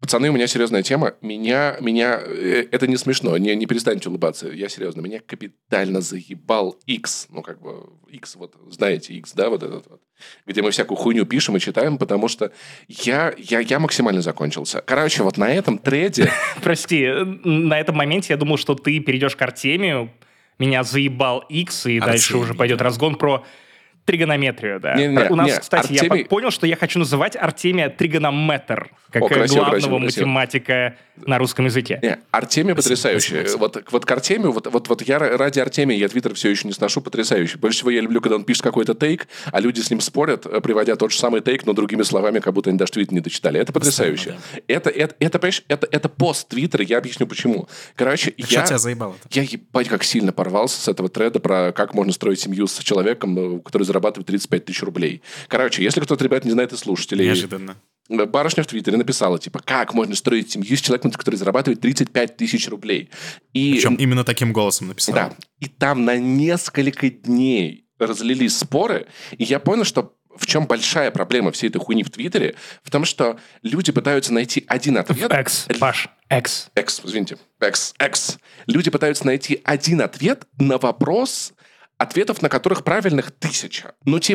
Пацаны, у меня серьезная тема. Это не смешно, не перестаньте улыбаться. Я серьезно, меня капитально заебал X. Ну, как бы, X, вот, знаете, X, да, вот этот вот. Где мы всякую хуйню пишем и читаем, потому что я максимально закончился. Короче, вот на этом треде... Прости, на этом моменте я думал, что ты перейдешь к Артемию, меня заебал X, и дальше уже пойдет разгон про тригонометрию, да. У нас, кстати, я понял, что я хочу называть Артемия тригонометр, как главного математика на русском языке. Артемий потрясающий. Вот к Артемию, вот я ради Артемия, я Твиттер все еще не сношу, потрясающий. Больше всего я люблю, когда он пишет какой-то тейк, а люди с ним спорят, приводя тот же самый тейк, но другими словами, как будто они даже твит не дочитали. Это потрясающе. Это пост Твиттера, я объясню почему. Короче, я ебать как сильно порвался с этого треда про как можно строить семью с человеком, который зарабатывает 35 тысяч рублей. Короче, если кто-то, ребят, не знает из слушателей... Неожиданно. Барышня в Твиттере написала, типа, как можно строить семью с человеком, который зарабатывает 35 тысяч рублей. Причем именно таким голосом написала. Да. И там на несколько дней разлились споры, и я понял, что в чем большая проблема всей этой хуйни в Твиттере, в том, что люди пытаются найти один ответ... Люди пытаются найти один ответ на вопрос... ответов на которых правильных 1000.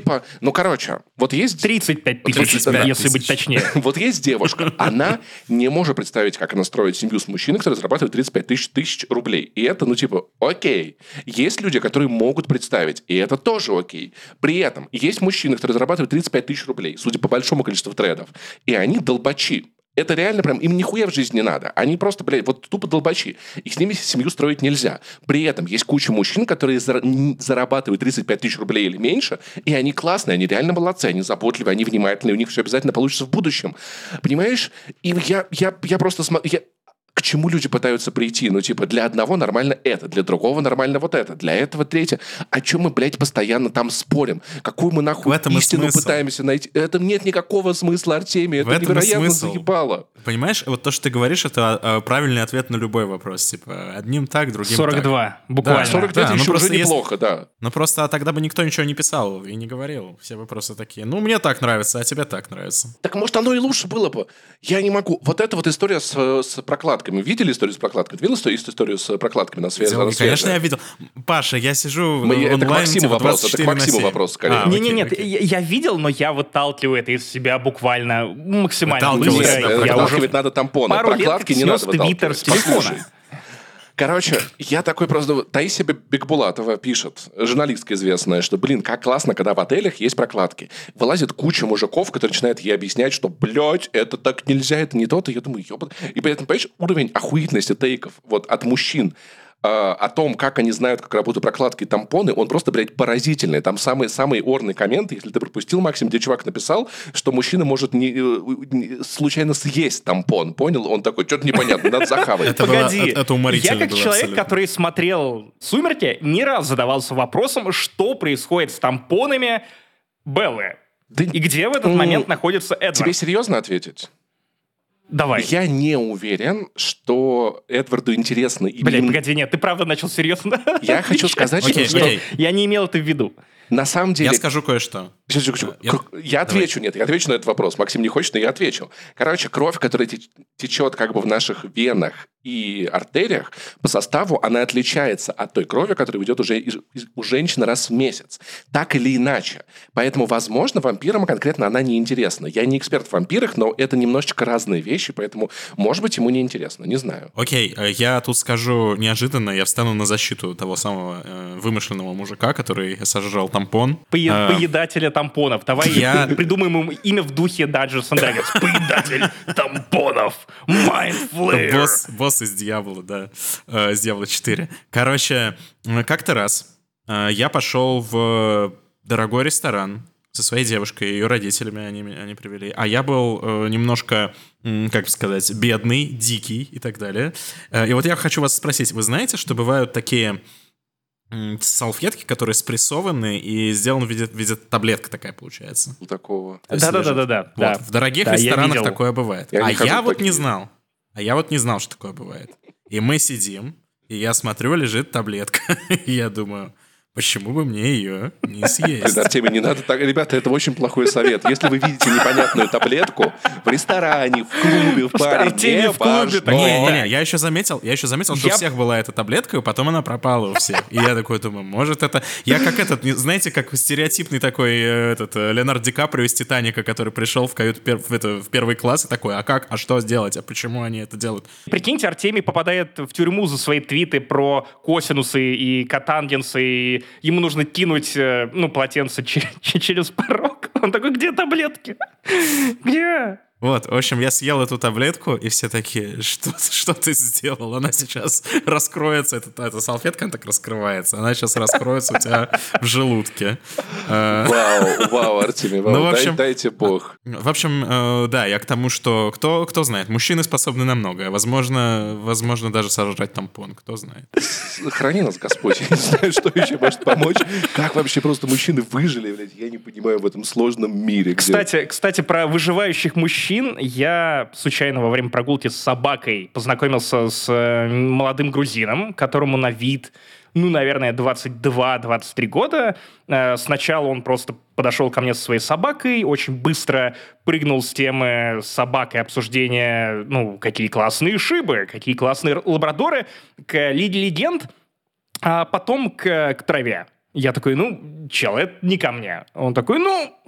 Вот есть... 35 тысяч, если быть точнее. Вот есть девушка, она не может представить, как она строит семью с мужчиной, который зарабатывает 35 тысяч рублей. И это, окей. Есть люди, которые могут представить, и это тоже окей. При этом есть мужчины, которые зарабатывают 35 тысяч рублей, судя по большому количеству трейдов, и они долбачи. Это реально прям, им нихуя в жизни не надо. Они просто, вот тупо долбачи. И с ними семью строить нельзя. При этом есть куча мужчин, которые зарабатывают 35 тысяч рублей или меньше, и они классные, они реально молодцы, они заботливые, они внимательные, у них все обязательно получится в будущем. Понимаешь? И я просто смотрю... К чему люди пытаются прийти? Для одного нормально это, для другого нормально вот это, для этого третье. О чем мы, постоянно там спорим? Какую мы нахуй истину пытаемся найти? Это нет никакого смысла, Артемий. Это невероятно заебало. Понимаешь, вот то, что ты говоришь, это правильный ответ на любой вопрос. Одним так, другим 42, так. буквально. Да, 42 тысячи уже неплохо, да. Ну, просто тогда бы никто ничего не писал и не говорил. Все бы просто такие, мне так нравится, а тебе так нравится. Так, может, оно и лучше было бы. Я не могу. Вот эта вот история с прокладкой. Видели историю с прокладкой? Ты видел историю с прокладками на связи? Конечно, я видел. Паша, я сижу онлайн... Это к Максиму вопрос. Это к Максиму вопрос, скорее. Нет, я видел, но я выталкиваю это из себя буквально максимально быстро. Выталкивать надо тампоны. Прокладки не надо Твиттер с телефона. Короче, я такой просто... Таисия Бекбулатова пишет, журналистка известная, что, как классно, когда в отелях есть прокладки. Вылазит куча мужиков, которые начинают ей объяснять, что, это так нельзя, это не то-то. Я думаю, И при этом, понимаешь, уровень охуительности тейков от мужчин о том, как они знают, как работают прокладки и тампоны, он просто, поразительный. Там самый орный коммент, если ты пропустил, Максим, где чувак написал, что мужчина может случайно съесть тампон. Понял? Он такой, что-то непонятно, надо захавать. Погоди, это уморительно я как человек, который смотрел «Сумерки», не раз задавался вопросом, что происходит с тампонами Беллы. И где в этот момент находится Эдвард? Тебе серьезно ответить? Давай. Я не уверен, что Эдварду интересно... Погоди, нет, ты правда начал серьезно? Я хочу сказать, что... Я не имел это в виду. На самом деле... Я скажу кое-что. Я отвечу на этот вопрос. Максим не хочет, но я отвечу. Короче, кровь, которая течет в наших венах и артериях, по составу она отличается от той крови, которая идет уже у женщины раз в месяц. Так или иначе. Поэтому, возможно, вампирам конкретно она не интересна. Я не эксперт в вампирах, но это немножечко разные вещи, поэтому, может быть, ему не интересно. Не знаю. Окей, я тут скажу неожиданно, я встану на защиту того самого вымышленного мужика, который сожрал тампон. Поедателя тампонов. Давай придумаем ему имя в духе Dungeons and Dragons. Поедатель тампонов. Mind Flayer. Босс из Дьявола, да. Из Дьявола 4. Короче, как-то раз я пошел в дорогой ресторан со своей девушкой, ее родителями они привели. А я был немножко, как сказать, бедный, дикий и так далее. И вот я хочу вас спросить, вы знаете, что бывают такие... салфетки, которые спрессованы и сделаны в виде таблетка такая получается. Такого. Да. Вот, в дорогих ресторанах такое бывает. Я вот не знал. Что такое бывает. И мы сидим, и я смотрю, лежит таблетка. И я думаю, Почему бы мне ее не съесть? Артемий, не надо так. Ребята, это очень плохой совет. Если вы видите непонятную таблетку в ресторане, в клубе, в баре, Артемий в клубе. Не, я еще заметил, что у всех была эта таблетка, и потом она пропала у всех. И я такой думаю, может это... Я как знаете, как стереотипный такой Леонардо Ди Каприо из «Титаника», который пришел в каюту в первый класс и такой, а как, а что сделать, а почему они это делают? Прикиньте, Артемий попадает в тюрьму за свои твиты про косинусы и котангенсы, и ему нужно кинуть, полотенце через порог. Он такой, где таблетки? Где? Вот, в общем, я съел эту таблетку, и все такие, что ты сделал? Она сейчас раскроется, эта салфетка так раскрывается, она сейчас раскроется у тебя в желудке. Вау, Артемий, дайте бог. В общем, да, я к тому, что кто знает, мужчины способны на многое. Возможно, даже сожрать тампон, кто знает. Храни нас Господь, я не знаю, что еще может помочь. Как вообще просто мужчины выжили, блядь, я не понимаю в этом сложном мире. Кстати, про выживающих мужчин. Я случайно во время прогулки с собакой познакомился с молодым грузином, которому на вид, наверное, 22-23 года. Сначала он просто подошел ко мне со своей собакой, очень быстро прыгнул с темы собак и обсуждения, какие классные шибы, какие классные лабрадоры, к Лиге Легенд, а потом к траве. Я такой, чел, это не ко мне. Он такой,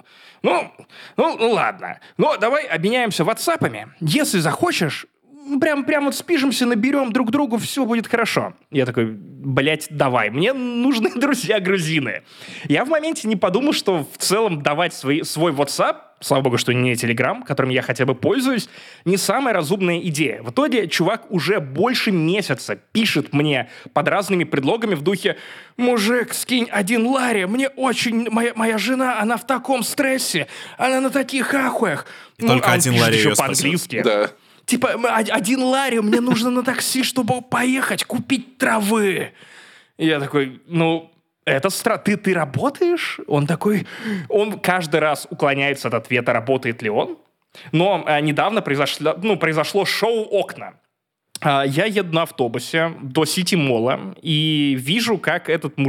ладно. Давай обменяемся ватсапами. Если захочешь, прям вот спишемся, наберем друг другу, все будет хорошо. Я такой, блять, давай. Мне нужны друзья-грузины. Я в моменте не подумал, что в целом давать свой WhatsApp, слава богу, что не Telegram, которым я хотя бы пользуюсь, не самая разумная идея. В итоге чувак уже больше месяца пишет мне под разными предлогами в духе: «Мужик, скинь $1, мне очень... Моя жена, она в таком стрессе, она на таких ахуях». Только $1 ее по-английски. Да. Типа, $1, мне нужно на такси, чтобы поехать купить травы. И я такой, это странно. Ты работаешь? Он такой... Он каждый раз уклоняется от ответа, работает ли он. Но недавно произошло шоу «Окна». Я еду на автобусе до Сити-молла и вижу, как этот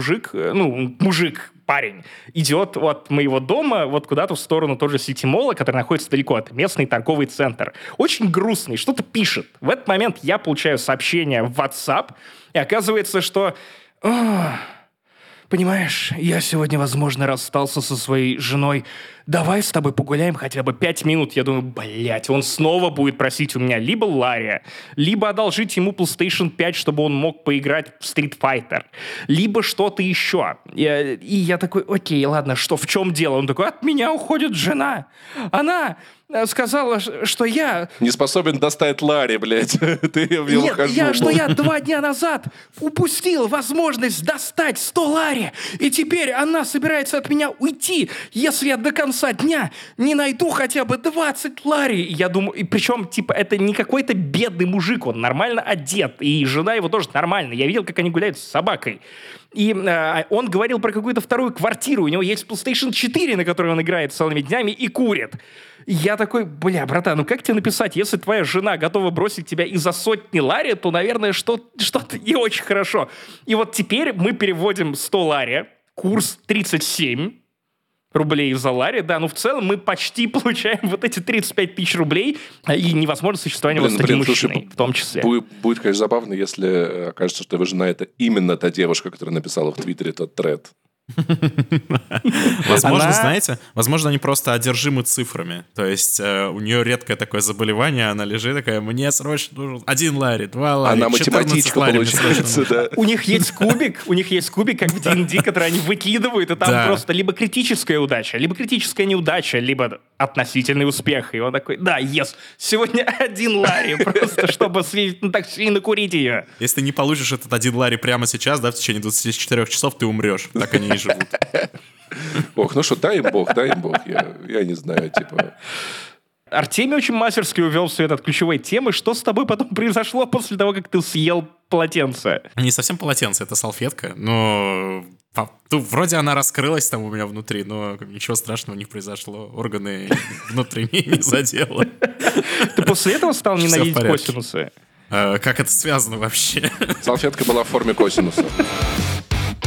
парень, идет от моего дома вот куда-то в сторону тоже Сити-молла, который находится далеко. Это местный торговый центр. Очень грустный, что-то пишет. В этот момент я получаю сообщение в WhatsApp, и оказывается, что... Понимаешь, я сегодня, возможно, расстался со своей женой. Давай с тобой погуляем хотя бы 5 минут. Я думаю, блять, он снова будет просить у меня либо Ларри, либо одолжить ему PlayStation 5, чтобы он мог поиграть в Street Fighter, либо что-то еще. И я такой, окей, ладно, в чем дело? Он такой, от меня уходит жена. Она сказала, что я... Не способен достать Ларри, блядь. Я 2 дня назад упустил возможность достать 100 Ларри, и теперь она собирается от меня уйти, если я до конца дня не найду хотя бы 20 Ларри. Я думаю, и причем, это не какой-то бедный мужик, он нормально одет, и жена его тоже нормально. Я видел, как они гуляют с собакой. И он говорил про какую-то вторую квартиру. У него есть PlayStation 4, на которой он играет целыми днями и курит. И я такой, братан, как тебе написать? Если твоя жена готова бросить тебя из-за сотни Ларри, то, наверное, что-то не очень хорошо. И вот теперь мы переводим 100 Ларри, курс 37 рублей за Ларри, да, в целом мы почти получаем вот эти 35 тысяч рублей, и невозможно существование вот с таким мужчиной, в том числе. Будет, конечно, забавно, если окажется, что его жена — это именно та девушка, которая написала в Твиттере тот тред. Возможно, знаете, они просто одержимы цифрами. То есть у нее редкое такое заболевание, она лежит такая, мне срочно нужен 1 Ларри, 2 Ларри, она математичка, получается, да. У них есть кубик, как в D&D, который они выкидывают, и там просто либо критическая удача, либо критическая неудача, либо относительный успех. И он такой, да, сегодня 1 Ларри, просто чтобы съездить на такси и накурить ее. Если ты не получишь этот 1 Ларри прямо сейчас, да, в течение 24 часов, ты умрешь. Так они и живут. Ох, дай им бог. Я не знаю, Артемий очень мастерски увел все это от ключевой темы. Что с тобой потом произошло после того, как ты съел полотенце? Не совсем полотенце, это салфетка, но... вроде она раскрылась там у меня внутри, но ничего страшного не произошло. Органы внутренние не задело. Ты после этого стал ненавидеть косинусы? Как это связано вообще? Салфетка была в форме косинуса.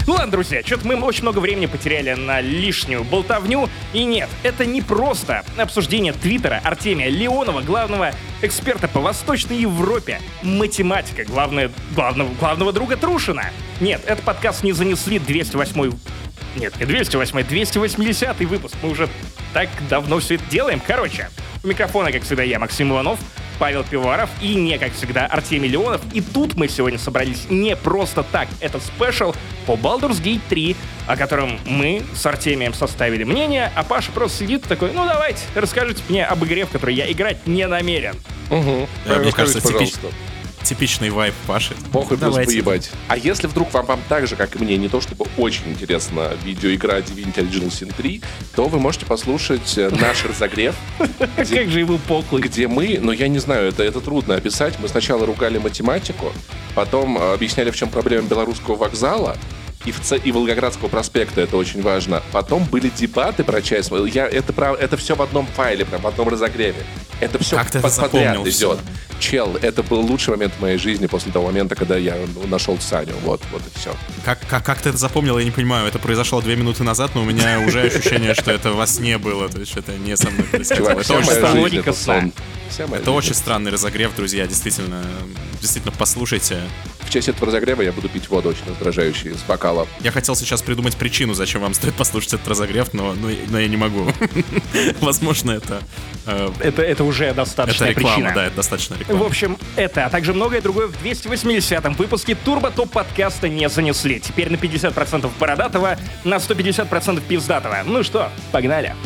Ну ладно, друзья, что-то мы очень много времени потеряли на лишнюю болтовню. И нет, это не просто обсуждение твиттера Артемия Леонова, главного эксперта по Восточной Европе, математика, главного друга Трушина. Нет, этот подкаст не занесли 208-й... Нет, не 208-й, 280-й выпуск. Мы уже так давно все это делаем. Короче, у микрофона, как всегда, я, Максим Иванов, Павел Пивоваров и не, как всегда, Артемий Леонов. И тут мы сегодня собрались не просто так. Это спешл по Baldur's Gate 3, о котором мы с Артемием составили мнение, а Паша просто сидит такой: ну давайте, расскажите мне об игре, в которой я играть не намерен. Угу. Мне кажется, типичный вайб Паши. Похуй, плюс поебать. А если вдруг вам так же, как и мне, не то чтобы очень интересна видеоигра Divinity Original Sin 3, то вы можете послушать наш разогрев. Как же ему похуй. Где мы, я не знаю, это трудно описать. Мы сначала ругали математику, потом объясняли, в чем проблема белорусского вокзала, и Волгоградского проспекта, это очень важно. Потом были дебаты про часть. Это все в одном файле, прям в одном разогреве. Это все подряд идет. Чел, это был лучший момент в моей жизни после того момента, когда я нашел Саню. Вот и все. Как ты это запомнил, я не понимаю. Это произошло 2 минуты назад, но у меня уже ощущение, что это во сне было. То есть это не со мной происходило. Это очень логика сна. Это очень странный разогрев, друзья. Действительно, послушайте. В честь этого разогрева я буду пить воду очень раздражающую из бокала. Я хотел сейчас придумать причину, зачем вам стоит послушать этот разогрев, но я не могу. Возможно, это... Это уже достаточная причина. Это реклама, причина. Да, это достаточная реклама. В общем, это, а также многое другое в 280-м выпуске Турбо Топ подкаста не занесли. Теперь на 50% бородатого, на 150% пиздатого. Ну что, погнали.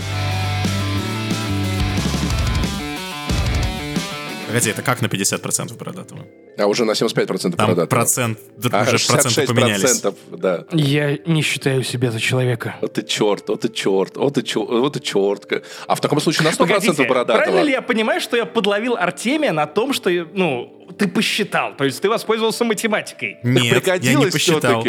Погоди, это как на 50% бородатого? А уже на 75% там бородатого. Проценты поменялись. Да. Я не считаю себя за человека. Вот и черт. А в таком случае на 100% бородатого. Правильно ли я понимаю, что я подловил Артемия на том, что, ты посчитал? То есть ты воспользовался математикой? Нет, я не посчитал.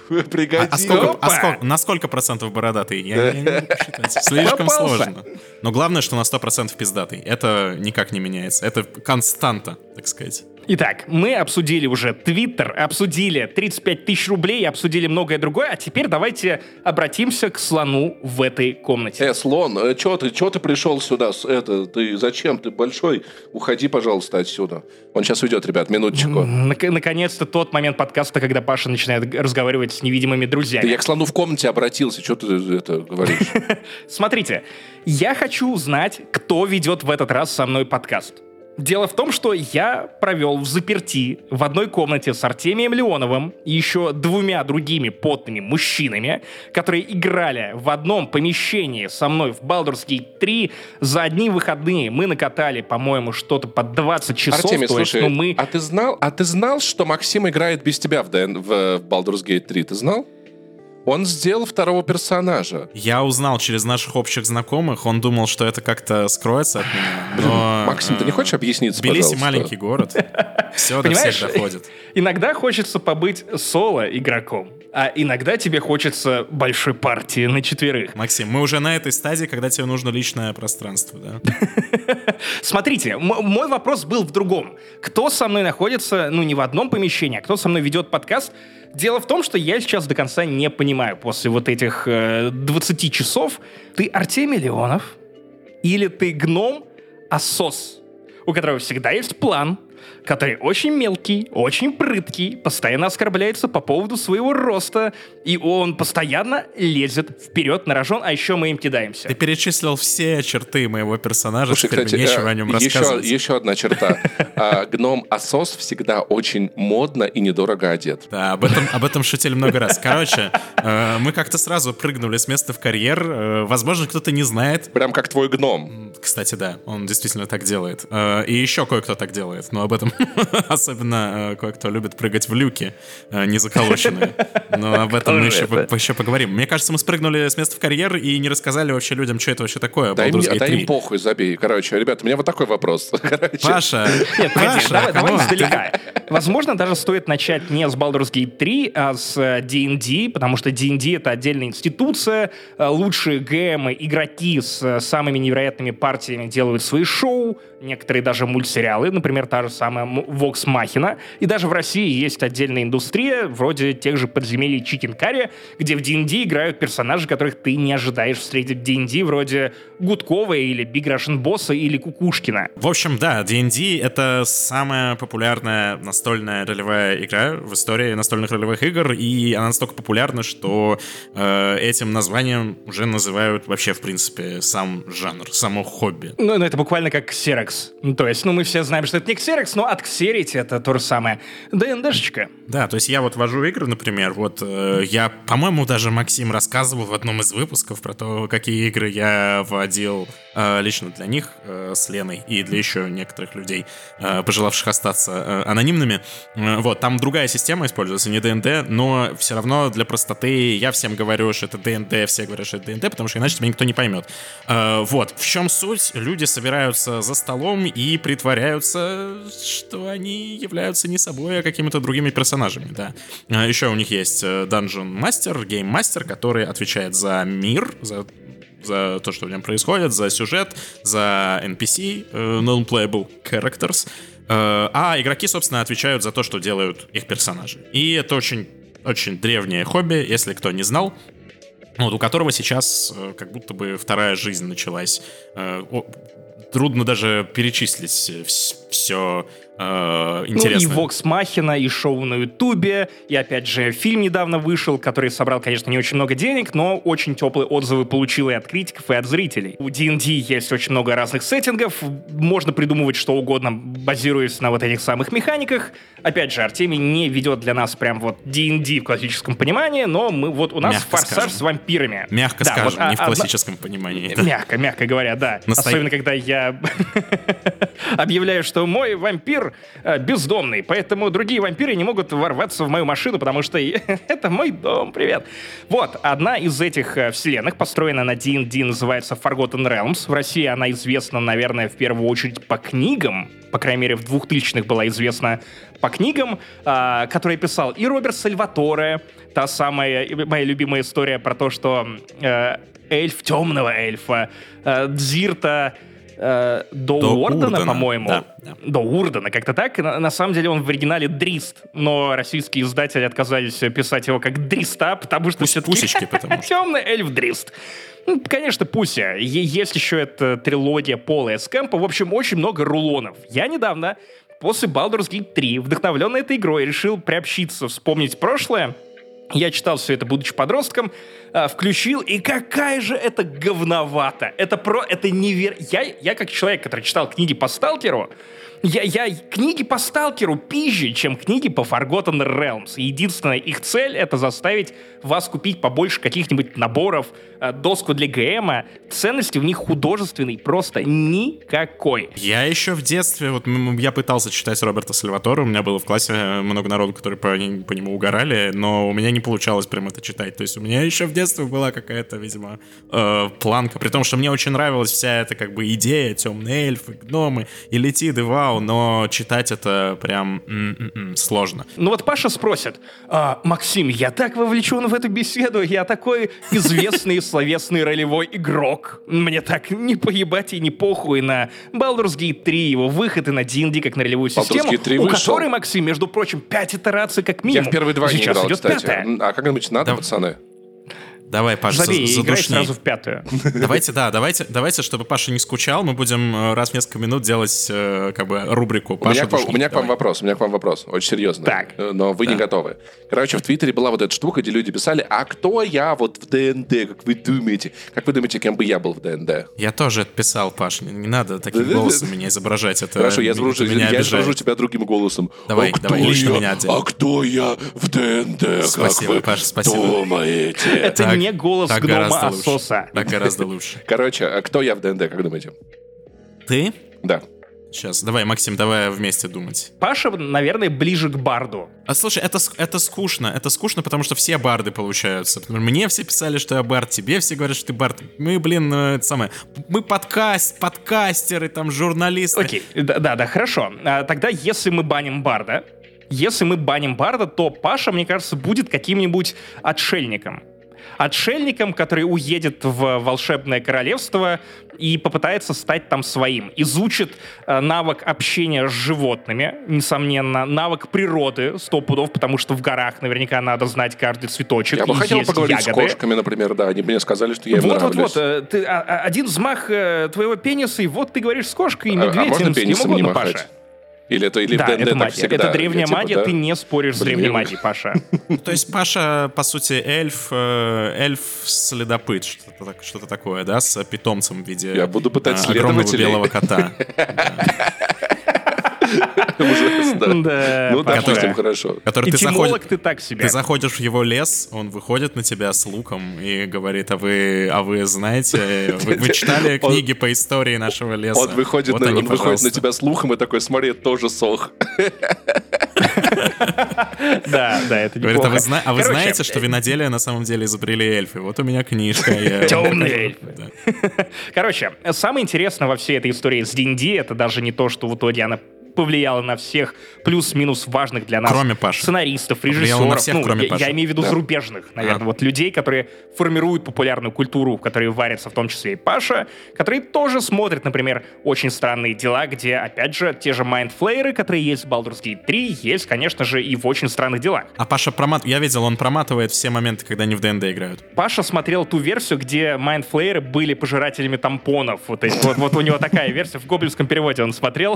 Пригодилось. На сколько процентов бородатый? Я не могу посчитать. Слишком сложно. Но главное, что на 100% пиздатый. Это никак не меняется. Это константа, так сказать. Итак, мы обсудили уже Твиттер, обсудили 35 тысяч рублей, обсудили многое другое, а теперь давайте обратимся к слону в этой комнате. Слон, чё ты пришел сюда? Ты зачем? Ты большой? Уходи, пожалуйста, отсюда. Он сейчас уйдет, ребят, минуточку. Наконец-то тот момент подкаста, когда Паша начинает разговаривать с невидимыми друзьями. Да я к слону в комнате обратился, что ты это говоришь? Смотрите, я хочу узнать, кто ведет в этот раз со мной подкаст. Дело в том, что я провел взаперти в одной комнате с Артемием Леоновым и еще 2 другими потными мужчинами, которые играли в одном помещении со мной в Baldur's Gate 3. За одни выходные мы накатали, по-моему, что-то под 20 часов. Артемий, слушай, а ты знал, что Максим играет без тебя в Baldur's Gate 3? Ты знал? Он сделал 2-го персонажа. Я узнал через наших общих знакомых. Он думал, что это как-то скроется от меня. Но, Максим, ты не хочешь объясниться, пожалуйста? Тбилиси маленький город. Все до всех доходит. Иногда хочется побыть соло-игроком, а иногда тебе хочется большой партии на 4. Максим, мы уже на этой стадии, когда тебе нужно личное пространство, да? Смотрите, мой вопрос был в другом. Кто со мной находится, не в одном помещении, а кто со мной ведет подкаст? Дело в том, что я сейчас до конца не понимаю, после вот этих 20 часов, ты Артемий Леонов или ты гном Ассос, у которого всегда есть план, который очень мелкий, очень прыткий, постоянно оскорбляется по поводу своего роста, и он постоянно лезет вперед на рожон, а еще мы им кидаемся. Ты перечислил все черты моего персонажа, теперь мне нечего о нем рассказывать. Еще одна черта. Гном Ассос всегда очень модно и недорого одет. Да, об этом шутили много раз. Короче, мы как-то сразу прыгнули с места в карьер. Возможно, кто-то не знает. Прям как твой гном. Кстати, да, он действительно так делает. И еще кое-кто так делает, но об этом особенно кое-кто любит прыгать в люки, не заколоченные. Но об этом мы еще поговорим. Мне кажется, мы спрыгнули с места в карьер и не рассказали вообще людям, что это вообще такое. Да им похуй, забей. Короче, ребята, у меня вот такой вопрос. Паша, нет, погоди, давай издалека. Возможно, даже стоит начать не с Baldur's Gate 3, а с D&D, потому что D&D — это отдельная институция. Лучшие ГМы, игроки с самыми невероятными партиями делают свои шоу, некоторые даже мультсериалы, например, та же самое Vox Machina. И даже в России есть отдельная индустрия, вроде тех же подземелий Chicken Curry, где в D&D играют персонажи, которых ты не ожидаешь встретить в D&D, вроде Гудкова или Big Russian Boss или Кукушкина. В общем, да, D&D — это самая популярная настольная ролевая игра в истории настольных ролевых игр, и она настолько популярна, что этим названием уже называют вообще, в принципе, сам жанр, само хобби. Ну, это буквально как Xerox. То есть, мы все знаем, что это не Xerox, но отксерить — это то же самое. ДНДшечка. Да, то есть я вот вожу игры, например, вот я, по-моему, даже Максим рассказывал в одном из выпусков про то, какие игры я водил лично для них с Леной и для еще некоторых людей, пожелавших остаться анонимными. Вот, там другая система используется, не ДНД, но все равно для простоты я всем говорю, что это ДНД, все говорят, что это ДНД, потому что иначе тебя никто не поймет. Вот, в чем суть? Люди собираются за столом и притворяются, что они являются не собой, а какими-то другими персонажами, да. Еще у них есть Dungeon Master, Game Master, который отвечает за мир, за то, что в нем происходит, за сюжет, за NPC, non-playable characters. А игроки, собственно, отвечают за то, что делают их персонажи. И это очень, очень древнее хобби, если кто не знал, вот, у которого сейчас как будто бы вторая жизнь началась. Трудно даже перечислить все интересно. Ну и Vox Machina, и шоу на Ютубе, и опять же фильм недавно вышел, который собрал, конечно, не очень много денег, но очень теплые отзывы получил и от критиков, и от зрителей. У D&D есть очень много разных сеттингов, можно придумывать что угодно, базируясь на вот этих самых механиках. Опять же, Артемий не ведет для нас прям вот D&D в классическом понимании, но у нас мягко форсаж скажем. С вампирами. Мягко да, скажем, вот, не в классическом понимании. Мягко говоря, да. Особенно, когда я объявляю, что мой вампир бездомный, поэтому другие вампиры не могут ворваться в мою машину, потому что это мой дом, привет. Вот, одна из этих вселенных, построена на D&D, называется Forgotten Realms. В России она известна, наверное, в первую очередь по книгам, по крайней мере, в 2000-х была известна по книгам, которые писал и Роберт Сальваторе, та самая моя любимая история про то, что эльф, темного эльфа, Дзирта, до Уордена, по-моему. Да. До Урдена, как-то так. На самом деле он в оригинале Дрист, но российские издатели отказались писать его как Дриста, потому что все-таки темный эльф Дрист. Ну, конечно, Пуся. Есть еще эта трилогия Пола Эскэмпа. В общем, очень много рулонов. Я недавно, после Baldur's Gate 3, вдохновленный этой игрой, решил приобщиться, вспомнить прошлое. Я читал все это, будучи подростком, включил, и какая же это говновато. Это невероятно. Я как человек, который читал книги по Сталкеру, я книги по Сталкеру пизже, чем книги по Forgotten Realms. Единственная их цель — это заставить вас купить побольше каких-нибудь наборов, доску для ГМа. Ценности в них художественной просто никакой. Я еще в детстве, вот я пытался читать Роберта Сальваторе, у меня было в классе много народу, которые по нему угорали, но у меня не получалось прям это читать. То есть у меня еще в детстве была какая-то, видимо, планка. При том, что мне очень нравилась вся эта как бы идея, темные эльфы, гномы, и летит, и вау, но читать это прям сложно. Ну вот Паша спросит: Максим, я так вовлечен в эту беседу, я такой известный словесный ролевой игрок. Мне так не поебать и не похуй на Baldur's Gate 3, его выход и на D&D как на ролевую систему, у которой, Максим, между прочим, 5 итераций как минимум. Я в первые 2 не играл, кстати. 5-я. А как-нибудь надо, пацаны? Давай, Паша, играй сразу в 5-ю. Давайте, чтобы Паша не скучал, мы будем раз в несколько минут делать как бы рубрику. У меня к вам вопрос, очень серьезный. Так. Но вы не готовы. Короче, в Твиттере была вот эта штука, где люди писали: а кто я вот в ДНД, как вы думаете? Как вы думаете, кем бы я был в ДНД? Я тоже это писал, Паш, не надо таким голосом меня изображать. Хорошо, я изображу тебя другим голосом. Давай, лично меня отдельно. А кто я в ДНД, спасибо, как Паша, вы думаете? Это не голос гнома Асоса. Так гораздо лучше. Короче, а кто я в ДНД, как думаете? Ты? Да. Сейчас, давай, Максим, давай вместе думать. Паша, наверное, ближе к барду. А слушай, это скучно. Это скучно, потому что все барды получаются. Мне все писали, что я бард, тебе все говорят, что ты бард. Мы, мы подкастеры, там, журналисты. Окей, да, хорошо. Тогда, если мы баним барда, то Паша, мне кажется, будет каким-нибудь отшельником. отшельником, который уедет в волшебное королевство и попытается стать там своим. Изучит навык общения с животными, несомненно, навык природы, 100 пудов, потому что в горах наверняка надо знать каждый цветочек. Я бы хотел поговорить с кошками, например, да, они мне сказали, что я им нравлюсь. Вот, один взмах твоего пениса, и вот ты говоришь с кошкой, и медведем, можно пенисом не махать? Паша. Или это это магия. всегда? Это древняя магия, ты не споришь с древней магией, Паша. То есть Паша, по сути, эльф-следопыт, что-то такое, да, с питомцем в виде Я буду пытать огромного белого кота. Ужасно. Ну, допустим, хорошо. Этимолог ты так себе. Ты заходишь в его лес, он выходит на тебя с луком и говорит, а вы знаете, вы читали книги по истории нашего леса? Он выходит на тебя с луком и такой, смотри, это тоже сох. Да, это неплохо. Говорит, а вы знаете, что виноделие на самом деле изобрели эльфы? Вот у меня книжка. Темные эльфы. Короче, самое интересное во всей этой истории с D&D, это даже не то, что в итоге она повлияло на всех плюс-минус важных для нас сценаристов, режиссеров. Всех, я имею в виду зарубежных, наверное. Вот людей, которые формируют популярную культуру, в которой варятся в том числе и Паша, которые тоже смотрят, например, «Очень странные дела», где, опять же, те же майндфлееры, которые есть в Baldur's Gate 3, есть, конечно же, и в «Очень странных делах». А Паша я видел, он проматывает все моменты, когда они в ДНД играют. Паша смотрел ту версию, где майндфлееры были пожирателями тампонов. Вот у него такая версия в гоблинском переводе он смотрел.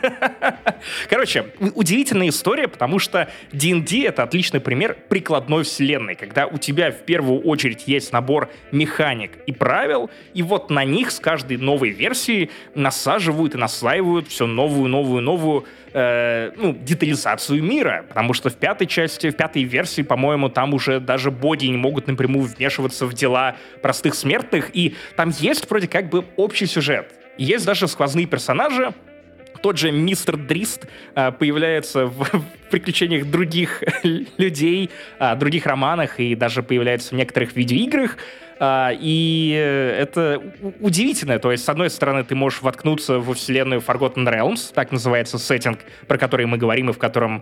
Короче, удивительная история, потому что D&D — это отличный пример прикладной вселенной, когда у тебя в первую очередь есть набор механик и правил, и вот на них с каждой новой версии насаживают и наслаивают все новую детализацию мира, потому что в пятой версии, по-моему, там уже даже боги не могут напрямую вмешиваться в дела простых смертных, и там есть вроде как бы общий сюжет. Есть даже сквозные персонажи. Тот же мистер Дрист появляется в приключениях других людей, других романах и даже появляется в некоторых видеоиграх. И это удивительно. То есть, с одной стороны, ты можешь воткнуться во вселенную Forgotten Realms, так называется сеттинг, про который мы говорим, и в котором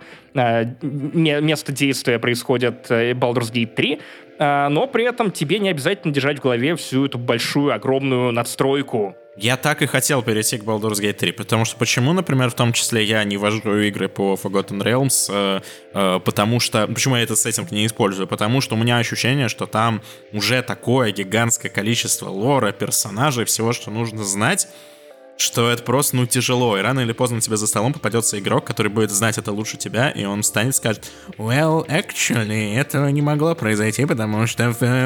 место действия происходит Baldur's Gate 3, но при этом тебе не обязательно держать в голове всю эту большую, огромную надстройку. Я так и хотел перейти к Baldur's Gate 3, потому что почему, например, в том числе я не вожу игры по Forgotten Realms, потому что... Почему я этот сеттинг не использую? Потому что у меня ощущение, что там уже такое гигантское количество лора, персонажей, всего, что нужно знать, что это просто, тяжело. И рано или поздно тебе за столом попадется игрок, который будет знать это лучше тебя, и он встанет и скажет: well, actually, этого не могло произойти, потому что в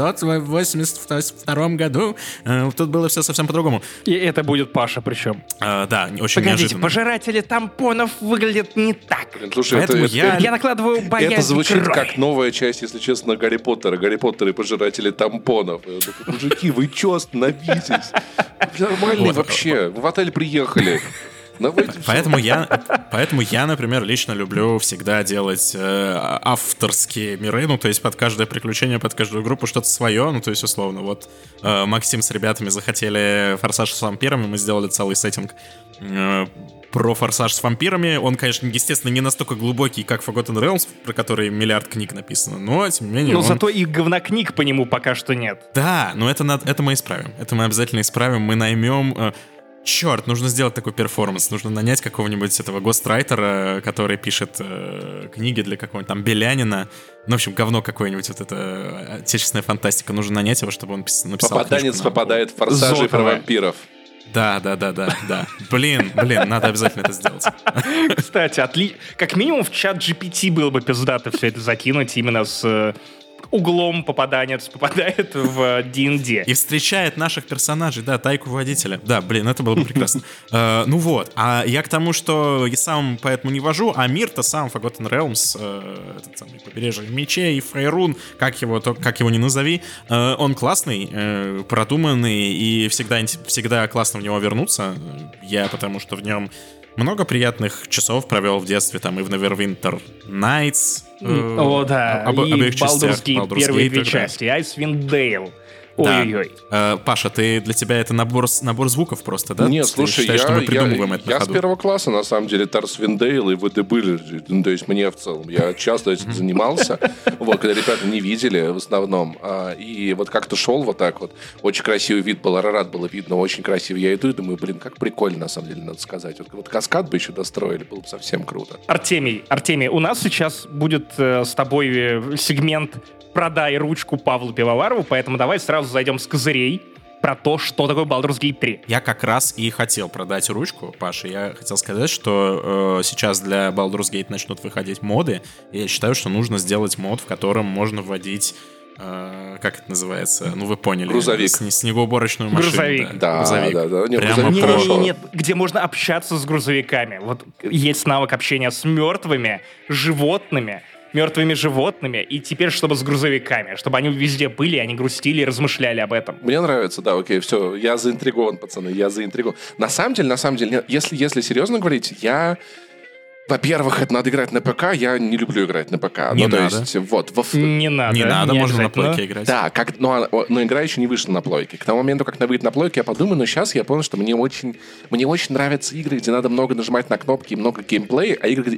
882 году тут было все совсем по-другому. И это будет Паша причем. Да, очень неожиданно. Пожиратели тампонов выглядят не так. Слушай, я накладываю боязнь. Это звучит как новая часть, если честно, Гарри Поттера. Гарри Поттер и пожиратели тампонов. Мужики, вы чё остановитесь? Нормальные вообще. В отель приехали. Поэтому я, например, лично люблю всегда делать авторские миры, то есть под каждое приключение, под каждую группу что-то свое, то есть условно. Вот Максим с ребятами захотели «Форсаж» с вампирами, мы сделали целый сеттинг про «Форсаж» с вампирами. Он, конечно, естественно, не настолько глубокий, как Forgotten Realms, про который миллиард книг написано, но, тем не менее... Но зато и говнокниг по нему пока что нет. Да, но это мы исправим. Это мы обязательно исправим. Мы наймем... Черт, нужно сделать такой перформанс. Нужно нанять какого-нибудь этого гострайтера, который пишет книги для какого-нибудь там Белянина. В общем, говно какое-нибудь, вот это отечественная фантастика. Нужно нанять его, чтобы он написал Попаданец попадает в «Форсажи» про вампиров. Да. Блин, надо обязательно это сделать. Кстати, как минимум в чат GPT было бы пиздато все это закинуть именно с... углом попаданец попадает в D&D. И встречает наших персонажей, да, тайку водителя. Да, это было бы прекрасно. Ну вот, а я к тому, что я сам поэтому не вожу, а мир-то сам, Forgotten Realms, этот самый «Побережье мечей», Фейрун, как его ни назови, он классный, продуманный, и всегда классно в него вернуться. Потому что в нем много приятных часов провел в детстве, там и в Neverwinter Nights. О, да, и Baldur's Gate, первые две части, Icewind Dale. Ой-ой-ой. Паша, для тебя это набор звуков просто, да? Нет, слушай, я с первого класса, на самом деле, Тарсвин Дейл и ВД были. Ну, то есть мне в целом. Я часто этим занимался, вот, когда ребята не видели в основном. И вот как-то шел вот так вот. Очень красивый вид был, Арарат было видно, очень красивый. Я иду и думаю, блин, как прикольно, на самом деле, надо сказать. Вот каскад бы еще достроили, было бы совсем круто. Артемий, у нас сейчас будет с тобой сегмент «Продай ручку Павлу Пивоварову», поэтому давай сразу зайдем с козырей про то, что такое Baldur's Gate 3. Я как раз и хотел продать ручку, Паша. Я хотел сказать, что сейчас для Baldur's Gate начнут выходить моды, и я считаю, что нужно сделать мод, в котором можно вводить как это называется? Ну, вы поняли. Грузовик. Снегоуборочную машину. Грузовик. Да. Грузовик. Да. Нет, где можно общаться с грузовиками. Вот есть навык общения с мертвыми животными, и теперь чтобы с грузовиками, чтобы они везде были, они грустили и размышляли об этом. Мне нравится, да, окей, все, я заинтригован, пацаны, я заинтригован. На самом деле, если серьезно говорить, во-первых, это надо играть на ПК, я не люблю играть на ПК. Не надо. Не надо, можно на плойке играть. Да, но игра еще не вышла на плойке. К тому моменту, как она выйдет на плойке, я подумаю, но сейчас я понял, что мне очень нравятся игры, где надо много нажимать на кнопки и много геймплея, а игры,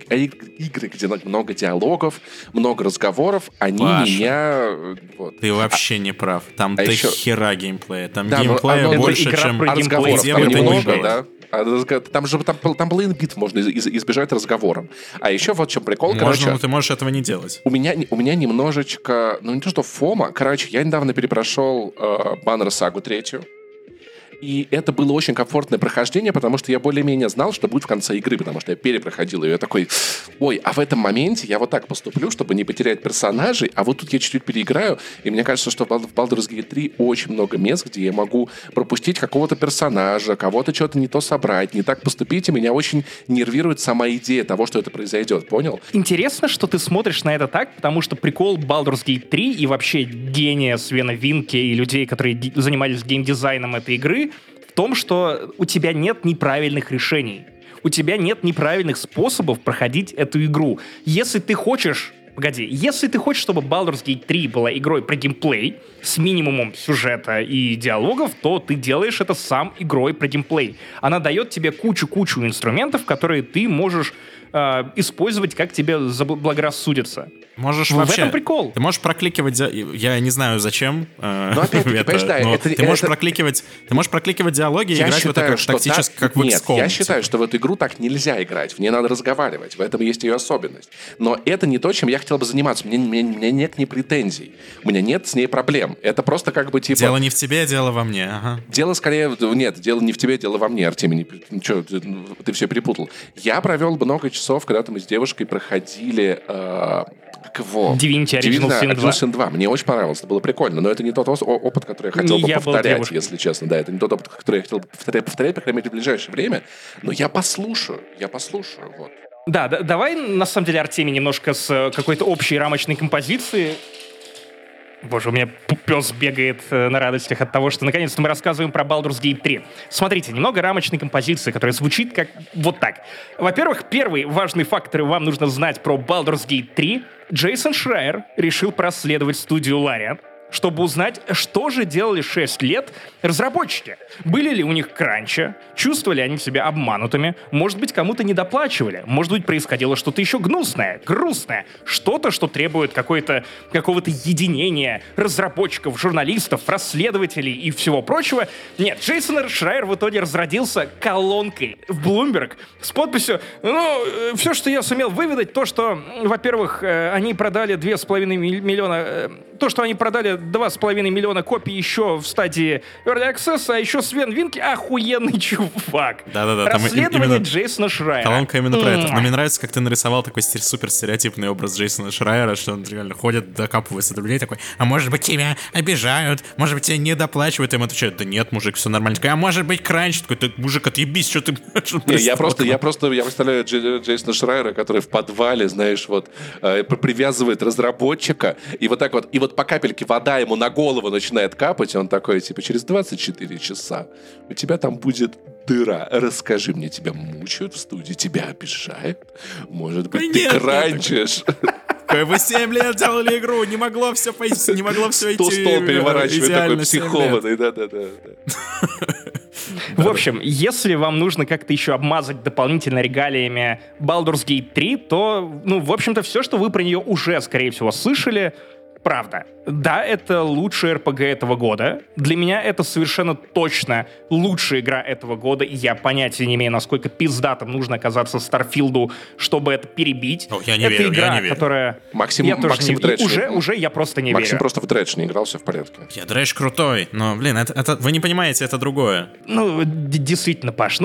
где много диалогов, много разговоров, они меня... Вот. Ты вообще не прав. Там до хера геймплея. Там да, геймплея больше, чем разговоров. где бы ты ни был. Да? Там половина битв можно избежать разговором. А еще вот в чем прикол, короче... но ты можешь этого не делать. У меня немножечко... Ну, не то, что фома. Короче, я недавно перепрошел Баннер Сагу 3. И это было очень комфортное прохождение, потому что я более-менее знал, что будет в конце игры, потому что я перепроходил ее. Я такой, а в этом моменте я вот так поступлю, чтобы не потерять персонажей, а вот тут я чуть-чуть переиграю, и мне кажется, что в Baldur's Gate 3 очень много мест, где я могу пропустить какого-то персонажа, кого-то что-то не то собрать, не так поступить, и меня очень нервирует сама идея того, что это произойдет, понял? Интересно, что ты смотришь на это так, потому что прикол Baldur's Gate 3 и вообще гения Свена Винки и людей, которые занимались геймдизайном этой игры, в том, что у тебя нет неправильных решений. У тебя нет неправильных способов проходить эту игру. Если ты хочешь, чтобы Baldur's Gate 3 была игрой про геймплей с минимумом сюжета и диалогов, то ты делаешь это сам игрой про геймплей. Она дает тебе кучу инструментов, которые ты можешь использовать, как тебе заблагорассудится. Можешь в этом прикол. Ты можешь прокликивать... Я не знаю, зачем но ты можешь прокликивать диалоги и играть в это как тактически, как в XCOM. Нет, я считаю, что в эту игру так нельзя играть. В ней надо разговаривать. В этом есть ее особенность. Но это не то, чем я хотел бы заниматься. У меня нет ни претензий. У меня нет с ней проблем. Это просто как бы типа... Дело не в тебе, дело во мне. Ага. Дело скорее... Нет, дело не в тебе, дело во мне, Артемий. Ты все перепутал. Я провел много часов, когда-то мы с девушкой проходили... Divinity Original Sin 2. Мне очень понравилось, это было прикольно, но это не тот опыт, который я хотел бы повторять, если честно. Да, это не тот опыт, который я хотел бы повторять, по крайней мере, в ближайшее время. Но я послушаю, вот. Да, давай, на самом деле, Артемий, немножко с какой-то общей рамочной композиции. Боже, у меня пес бегает на радостях от того, что наконец-то мы рассказываем про Baldur's Gate 3. Смотрите, немного рамочной композиции, которая звучит как вот так. Во-первых, первый важный факт, который вам нужно знать про Baldur's Gate 3. Джейсон Шрайер решил проследовать студию Larian, чтобы узнать, что же делали 6 лет разработчики. Были ли у них кранчи? Чувствовали они себя обманутыми? Может быть, кому-то недоплачивали? Может быть, происходило что-то еще гнусное, грустное? Что-то, что требует какого-то единения разработчиков, журналистов, расследователей и всего прочего? Нет, Джейсон Шрайер в итоге разродился колонкой в Bloomberg с подписью: все, что я сумел выведать, то, что, во-первых, они продали 2,5 миллиона... То, что они продали 2,5 миллиона копий еще в стадии Early Access, а еще Свен Винки охуенный чувак. Да-да-да. Расследование Джейсона Шрайера. Колонка именно про это. Но мне нравится, как ты нарисовал такой супер стереотипный образ Джейсона Шрайера, что он реально ходит, докапывается до людей такой: а может быть, тебя обижают, может быть, тебя не доплачивают. Им отвечают: да нет, мужик, все нормально. Такой: а может быть, кранч? Такой: ты, мужик, отъебись, что ты... Я представляю Джейсона Шрайера, который в подвале, знаешь, вот привязывает разработчика, и вот так вот, и вот по капельке вода ему на голову начинает капать, и он такой, типа: через 24 часа у тебя там будет дыра. Расскажи мне, тебя мучают в студии, тебя обижают? Может быть, ты кранчишь? Вы 7 лет делали игру, не могло все пойти, не могло все идти. Стол переворачивает такой психованный, да. В общем, если вам нужно как-то еще обмазать дополнительно регалиями Baldur's Gate 3, то, в общем-то, все, что вы про нее уже, скорее всего, слышали, правда. Да, это лучшая RPG этого года. Для меня это совершенно точно лучшая игра этого года, и я понятия не имею, насколько пиздатым нужно оказаться Старфилду, чтобы это перебить. Я не верю, игра, которая... Максим в Дредж уже я просто не верю. Максим просто в Дредж не играл, все в порядке. Дредж крутой, но, это вы не понимаете, это другое. Действительно, Паш,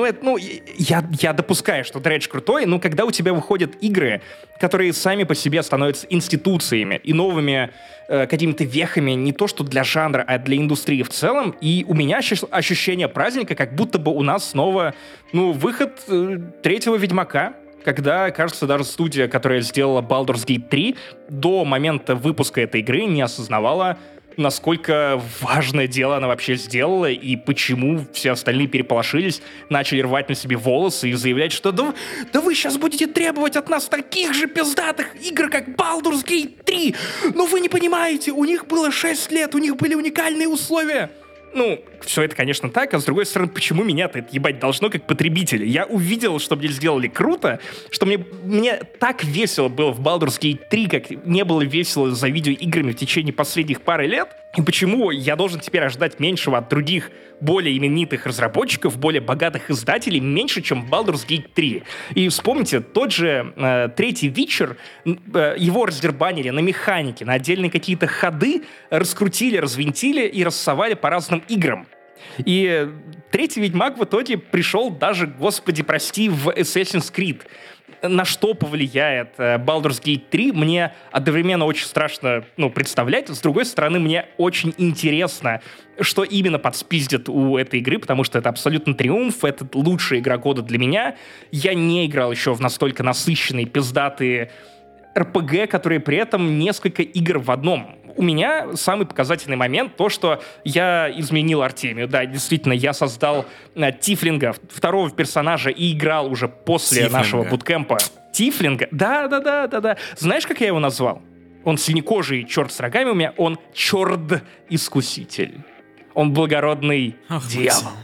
я допускаю, что Дредж крутой, но когда у тебя выходят игры, которые сами по себе становятся институциями и новыми какими-то вехами не то что для жанра, а для индустрии в целом. И у меня ощущение праздника, как будто бы у нас снова, выход третьего Ведьмака, когда, кажется, даже студия, которая сделала Baldur's Gate 3, до момента выпуска этой игры не осознавала, насколько важное дело она вообще сделала и почему все остальные переполошились, начали рвать на себе волосы и заявлять, что да вы сейчас будете требовать от нас таких же пиздатых игр, как Baldur's Gate 3. Но вы не понимаете, у них было 6 лет, у них были уникальные условия. Все это, конечно, так, а с другой стороны, почему меня-то это ебать должно, как потребителя? Я увидел, что мне сделали круто, что мне так весело было в Baldur's Gate 3, как не было весело за видеоиграми в течение последних пары лет, и почему я должен теперь ожидать меньшего от других более именитых разработчиков, более богатых издателей, меньше, чем Baldur's Gate 3. И вспомните, тот же третий Witcher, его раздербанили на механике, на отдельные какие-то ходы, раскрутили, развинтили и рассовали по разным играм. И третий Ведьмак в итоге пришел даже, господи, прости, в Assassin's Creed. На что повлияет Baldur's Gate 3, мне одновременно очень страшно представлять. С другой стороны, мне очень интересно, что именно подспиздят у этой игры, потому что это абсолютно триумф, это лучшая игра года для меня. Я не играл еще в настолько насыщенные, пиздатые RPG, которые при этом несколько игр в одном. У меня самый показательный момент то, что я изменил Артемию. Да, действительно, я создал Тифлинга, второго персонажа, и играл уже после нашего буткемпа. Тифлинга? Да. Знаешь, как я его назвал? Он синекожий черт с рогами у меня, он черт-искуситель. Он благородный дьявол.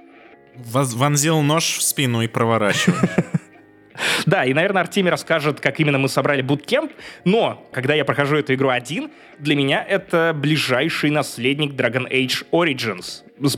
Вонзил нож в спину и проворачивал. Да, и, наверное, Артемий расскажет, как именно мы собрали буткемп, но, когда я прохожу эту игру один, для меня это ближайший наследник Dragon Age Origins с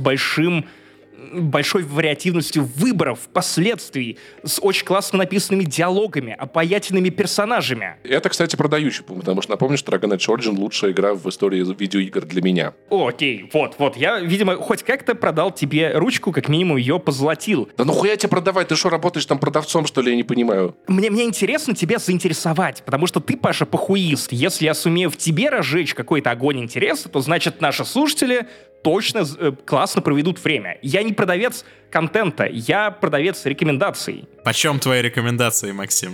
большой вариативностью выборов, последствий, с очень классно написанными диалогами, обаятельными персонажами. Это, кстати, продающий, потому что напомню, что Dragon Age Origins лучшая игра в истории видеоигр для меня. Окей, вот. Я, видимо, хоть как-то продал тебе ручку, как минимум ее позолотил. Да нахуя тебе продавать? Ты что, работаешь там продавцом, что ли? Я не понимаю. Мне интересно тебя заинтересовать, потому что ты, Паша, похуист. Если я сумею в тебе разжечь какой-то огонь интереса, то, значит, наши слушатели точно классно проведут время. Я не продавец контента, я продавец рекомендаций. Почем твои рекомендации, Максим?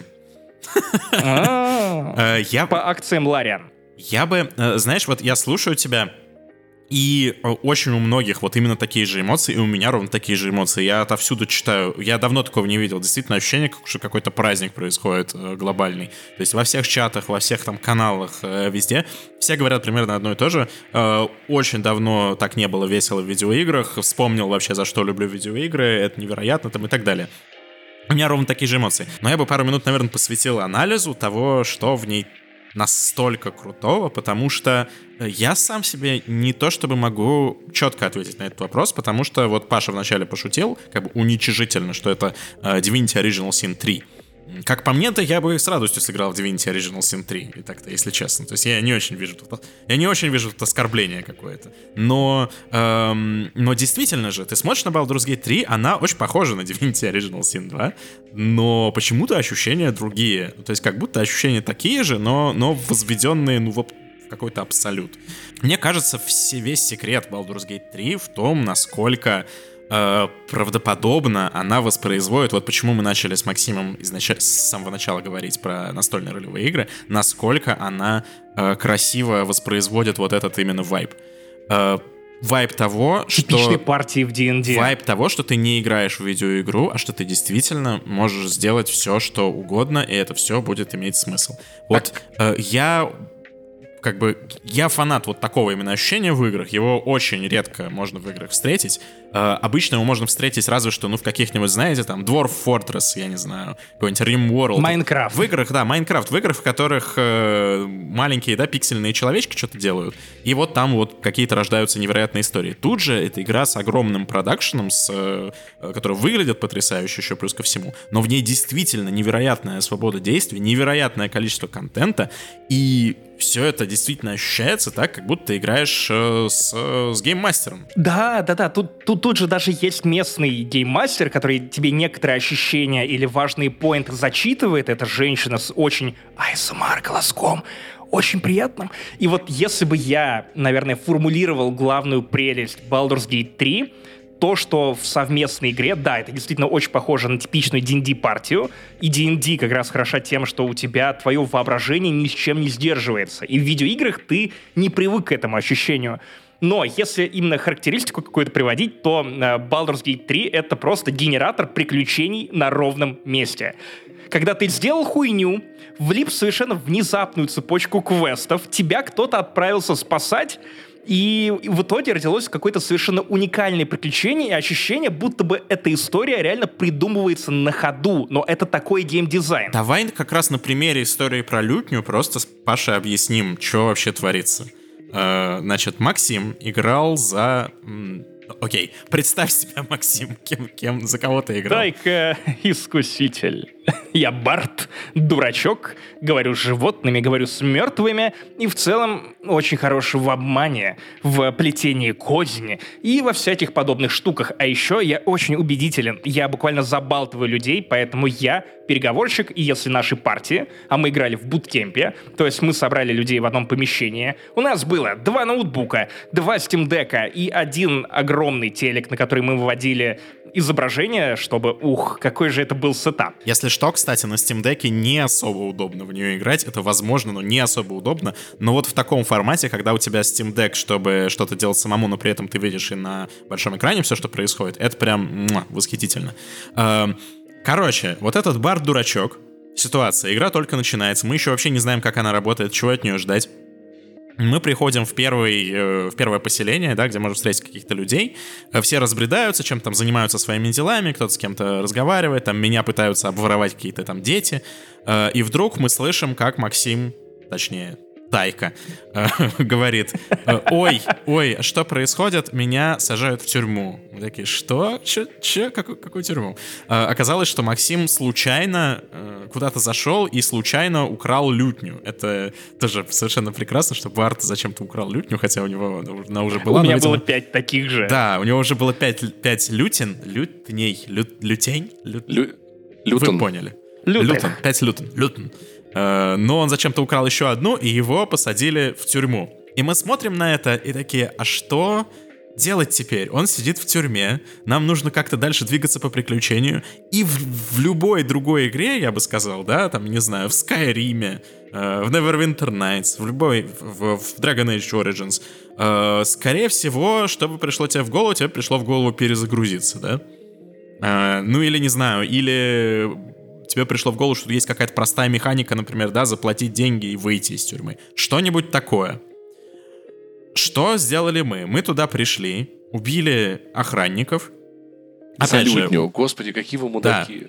По акциям Лариан. Я бы, знаешь, вот я слушаю тебя, и очень у многих вот именно такие же эмоции, и у меня ровно такие же эмоции. Я отовсюду читаю, я давно такого не видел. Действительно, ощущение, что какой-то праздник происходит глобальный. То есть во всех чатах, во всех там каналах, везде все говорят примерно одно и то же. Очень давно так не было весело в видеоиграх. Вспомнил вообще, за что люблю видеоигры. Это невероятно там и так далее. У меня ровно такие же эмоции. Но я бы пару минут, наверное, посвятил анализу того, что в ней настолько крутого, потому что я сам себе не то чтобы могу четко ответить на этот вопрос, потому что вот Паша вначале пошутил, как бы уничижительно, что это Divinity Original Sin 3. Как по мне-то, я бы с радостью сыграл в Divinity Original Sin 3, и так-то, если честно. То есть я не очень вижу тут оскорбление какое-то. Но действительно же, ты смотришь на Baldur's Gate 3, она очень похожа на Divinity Original Sin 2, но почему-то ощущения другие. То есть как будто ощущения такие же, но возведенные, в какой-то абсолют. Мне кажется, весь секрет Baldur's Gate 3 в том, насколько правдоподобно она воспроизводит, вот почему мы начали с Максимом с самого начала говорить про настольные ролевые игры, насколько она красиво воспроизводит вот этот именно вайб. вайб того, типичной партии в D&D. Вайб того, что ты не играешь в видеоигру, а что ты действительно можешь сделать все, что угодно, и это все будет иметь смысл. Вот я фанат вот такого именно ощущения в играх. Его очень редко можно в играх встретить. Обычно его можно встретить разве что, в каких-нибудь, знаете, там, Dwarf Fortress, я не знаю, какой-нибудь RimWorld. Майнкрафт. В играх, да, Майнкрафт. В играх, в которых маленькие, да, пиксельные человечки что-то делают. И вот там вот какие-то рождаются невероятные истории. Тут же эта игра с огромным продакшеном, которая выглядит потрясающе еще плюс ко всему, но в ней действительно невероятная свобода действий, невероятное количество контента, и все это действительно ощущается так, как будто ты играешь с гейммастером. Да. Тут же даже есть местный гейммастер, который тебе некоторые ощущения или важные поинты зачитывает. Это женщина с очень ASMR голоском, очень приятным. И вот если бы я, наверное, формулировал главную прелесть Baldur's Gate 3, то, что в совместной игре, да, это действительно очень похоже на типичную D&D-партию, и D&D как раз хороша тем, что у тебя твое воображение ни с чем не сдерживается, и в видеоиграх ты не привык к этому ощущению. Но если именно характеристику какую-то приводить, то Baldur's Gate 3 — это просто генератор приключений на ровном месте. Когда ты сделал хуйню, влип в совершенно внезапную цепочку квестов, тебя кто-то отправился спасать, и в итоге родилось какое-то совершенно уникальное приключение и ощущение, будто бы эта история реально придумывается на ходу, но это такой геймдизайн. Давай как раз на примере истории про лютню просто с Пашей объясним, что вообще творится. Значит, Максим играл за... Окей, представь себя, Максим, кем за кого ты играл? Дай-ка, искуситель. Я Барт, дурачок, говорю с животными, говорю с мертвыми, и в целом очень хорош в обмане, в плетении козни и во всяких подобных штуках. А еще я очень убедителен, я буквально забалтываю людей, поэтому я переговорщик, и если наши партии, а мы играли в буткемпе, то есть мы собрали людей в одном помещении, у нас было 2 ноутбука, 2 Steam Deck'а и 1 огромный телек, на который мы выводили изображение, чтобы, какой же это был сетап. Если что, кстати, на Steam Deck'е не особо удобно в нее играть, это возможно, но не особо удобно, но вот в таком формате, когда у тебя Steam Deck, чтобы что-то делать самому, но при этом ты видишь и на большом экране все, что происходит, это прям восхитительно. Короче, вот этот Барт-дурачок, ситуация, игра только начинается, мы еще вообще не знаем, как она работает, чего от нее ждать. Мы приходим в первое поселение, да, где можем встретить каких-то людей. Все разбредаются, чем-то там занимаются своими делами, кто-то с кем-то разговаривает, там меня пытаются обворовать какие-то там дети. И вдруг мы слышим, как Максим, точнее, Тайка, говорит: ой, что происходит? Меня сажают в тюрьму. Мы такие: что? Че? Какую тюрьму? Оказалось, что Максим случайно куда-то зашел и случайно украл лютню. Это тоже совершенно прекрасно, что Барт зачем-то украл лютню, хотя у него она уже была. У меня было 5 таких же. Да, у него уже было 5 лютен. Лютень? Вы поняли. Лютен. 5 лютен. Но он зачем-то украл еще одну, и его посадили в тюрьму. И мы смотрим на это и такие: а что делать теперь? Он сидит в тюрьме, нам нужно как-то дальше двигаться по приключению. И в любой другой игре, я бы сказал, да, там, не знаю, в Skyrim, в Neverwinter Nights, в Dragon Age Origins, скорее всего, что бы пришло тебе в голову пришло в голову перезагрузиться, да? Ну или, не знаю, или... тебе пришло в голову, что есть какая-то простая механика, например, да, заплатить деньги и выйти из тюрьмы. Что-нибудь такое. Что сделали мы? Мы туда пришли, убили охранников. Опять же, господи, какие вы мудаки.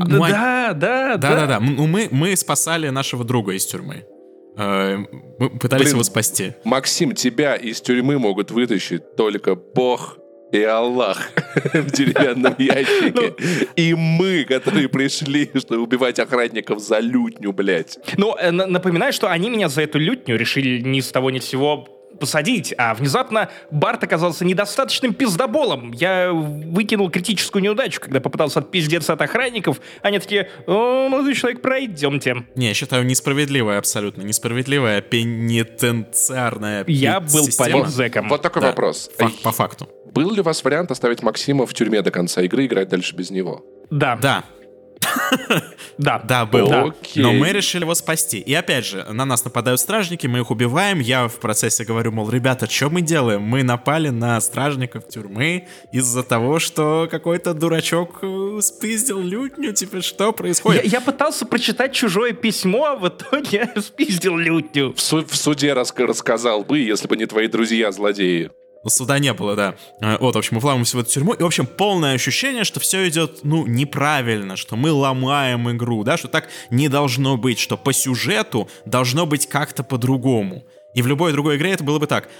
Да. Мы спасали нашего друга из тюрьмы. Мы пытались его спасти. Максим, тебя из тюрьмы могут вытащить только Бог и Аллах в деревянном ящике. И мы, которые пришли, чтобы убивать охранников за лютню, блядь. Ну, напоминаю, что они меня за эту лютню решили ни с того ни с сего посадить, а внезапно Барт оказался недостаточным пиздоболом. Я выкинул критическую неудачу, когда попытался отпиздеться от охранников. Они такие: о, молодой человек, пройдемте. Не, я считаю, несправедливая, абсолютно несправедливая пенитенциарная Я был политзеком. Вот такой вопрос. По факту. Был ли у вас вариант оставить Максима в тюрьме до конца игры и играть дальше без него? Да. Да, был. Но мы решили его спасти. И опять же, на нас нападают стражники, мы их убиваем. Я в процессе говорю, мол, ребята, что мы делаем? Мы напали на стражников тюрьмы из-за того, что какой-то дурачок спиздил лютню. Типа, что происходит? Я пытался прочитать чужое письмо, а в итоге спиздил лютню. В суде рассказал бы, если бы не твои друзья-злодеи. Суда не было, да. Вот, в общем, мы вламываемся в эту тюрьму, и, в общем, полное ощущение, что все идет, неправильно, что мы ломаем игру, да, что так не должно быть, что по сюжету должно быть как-то по-другому. И в любой другой игре это было бы так.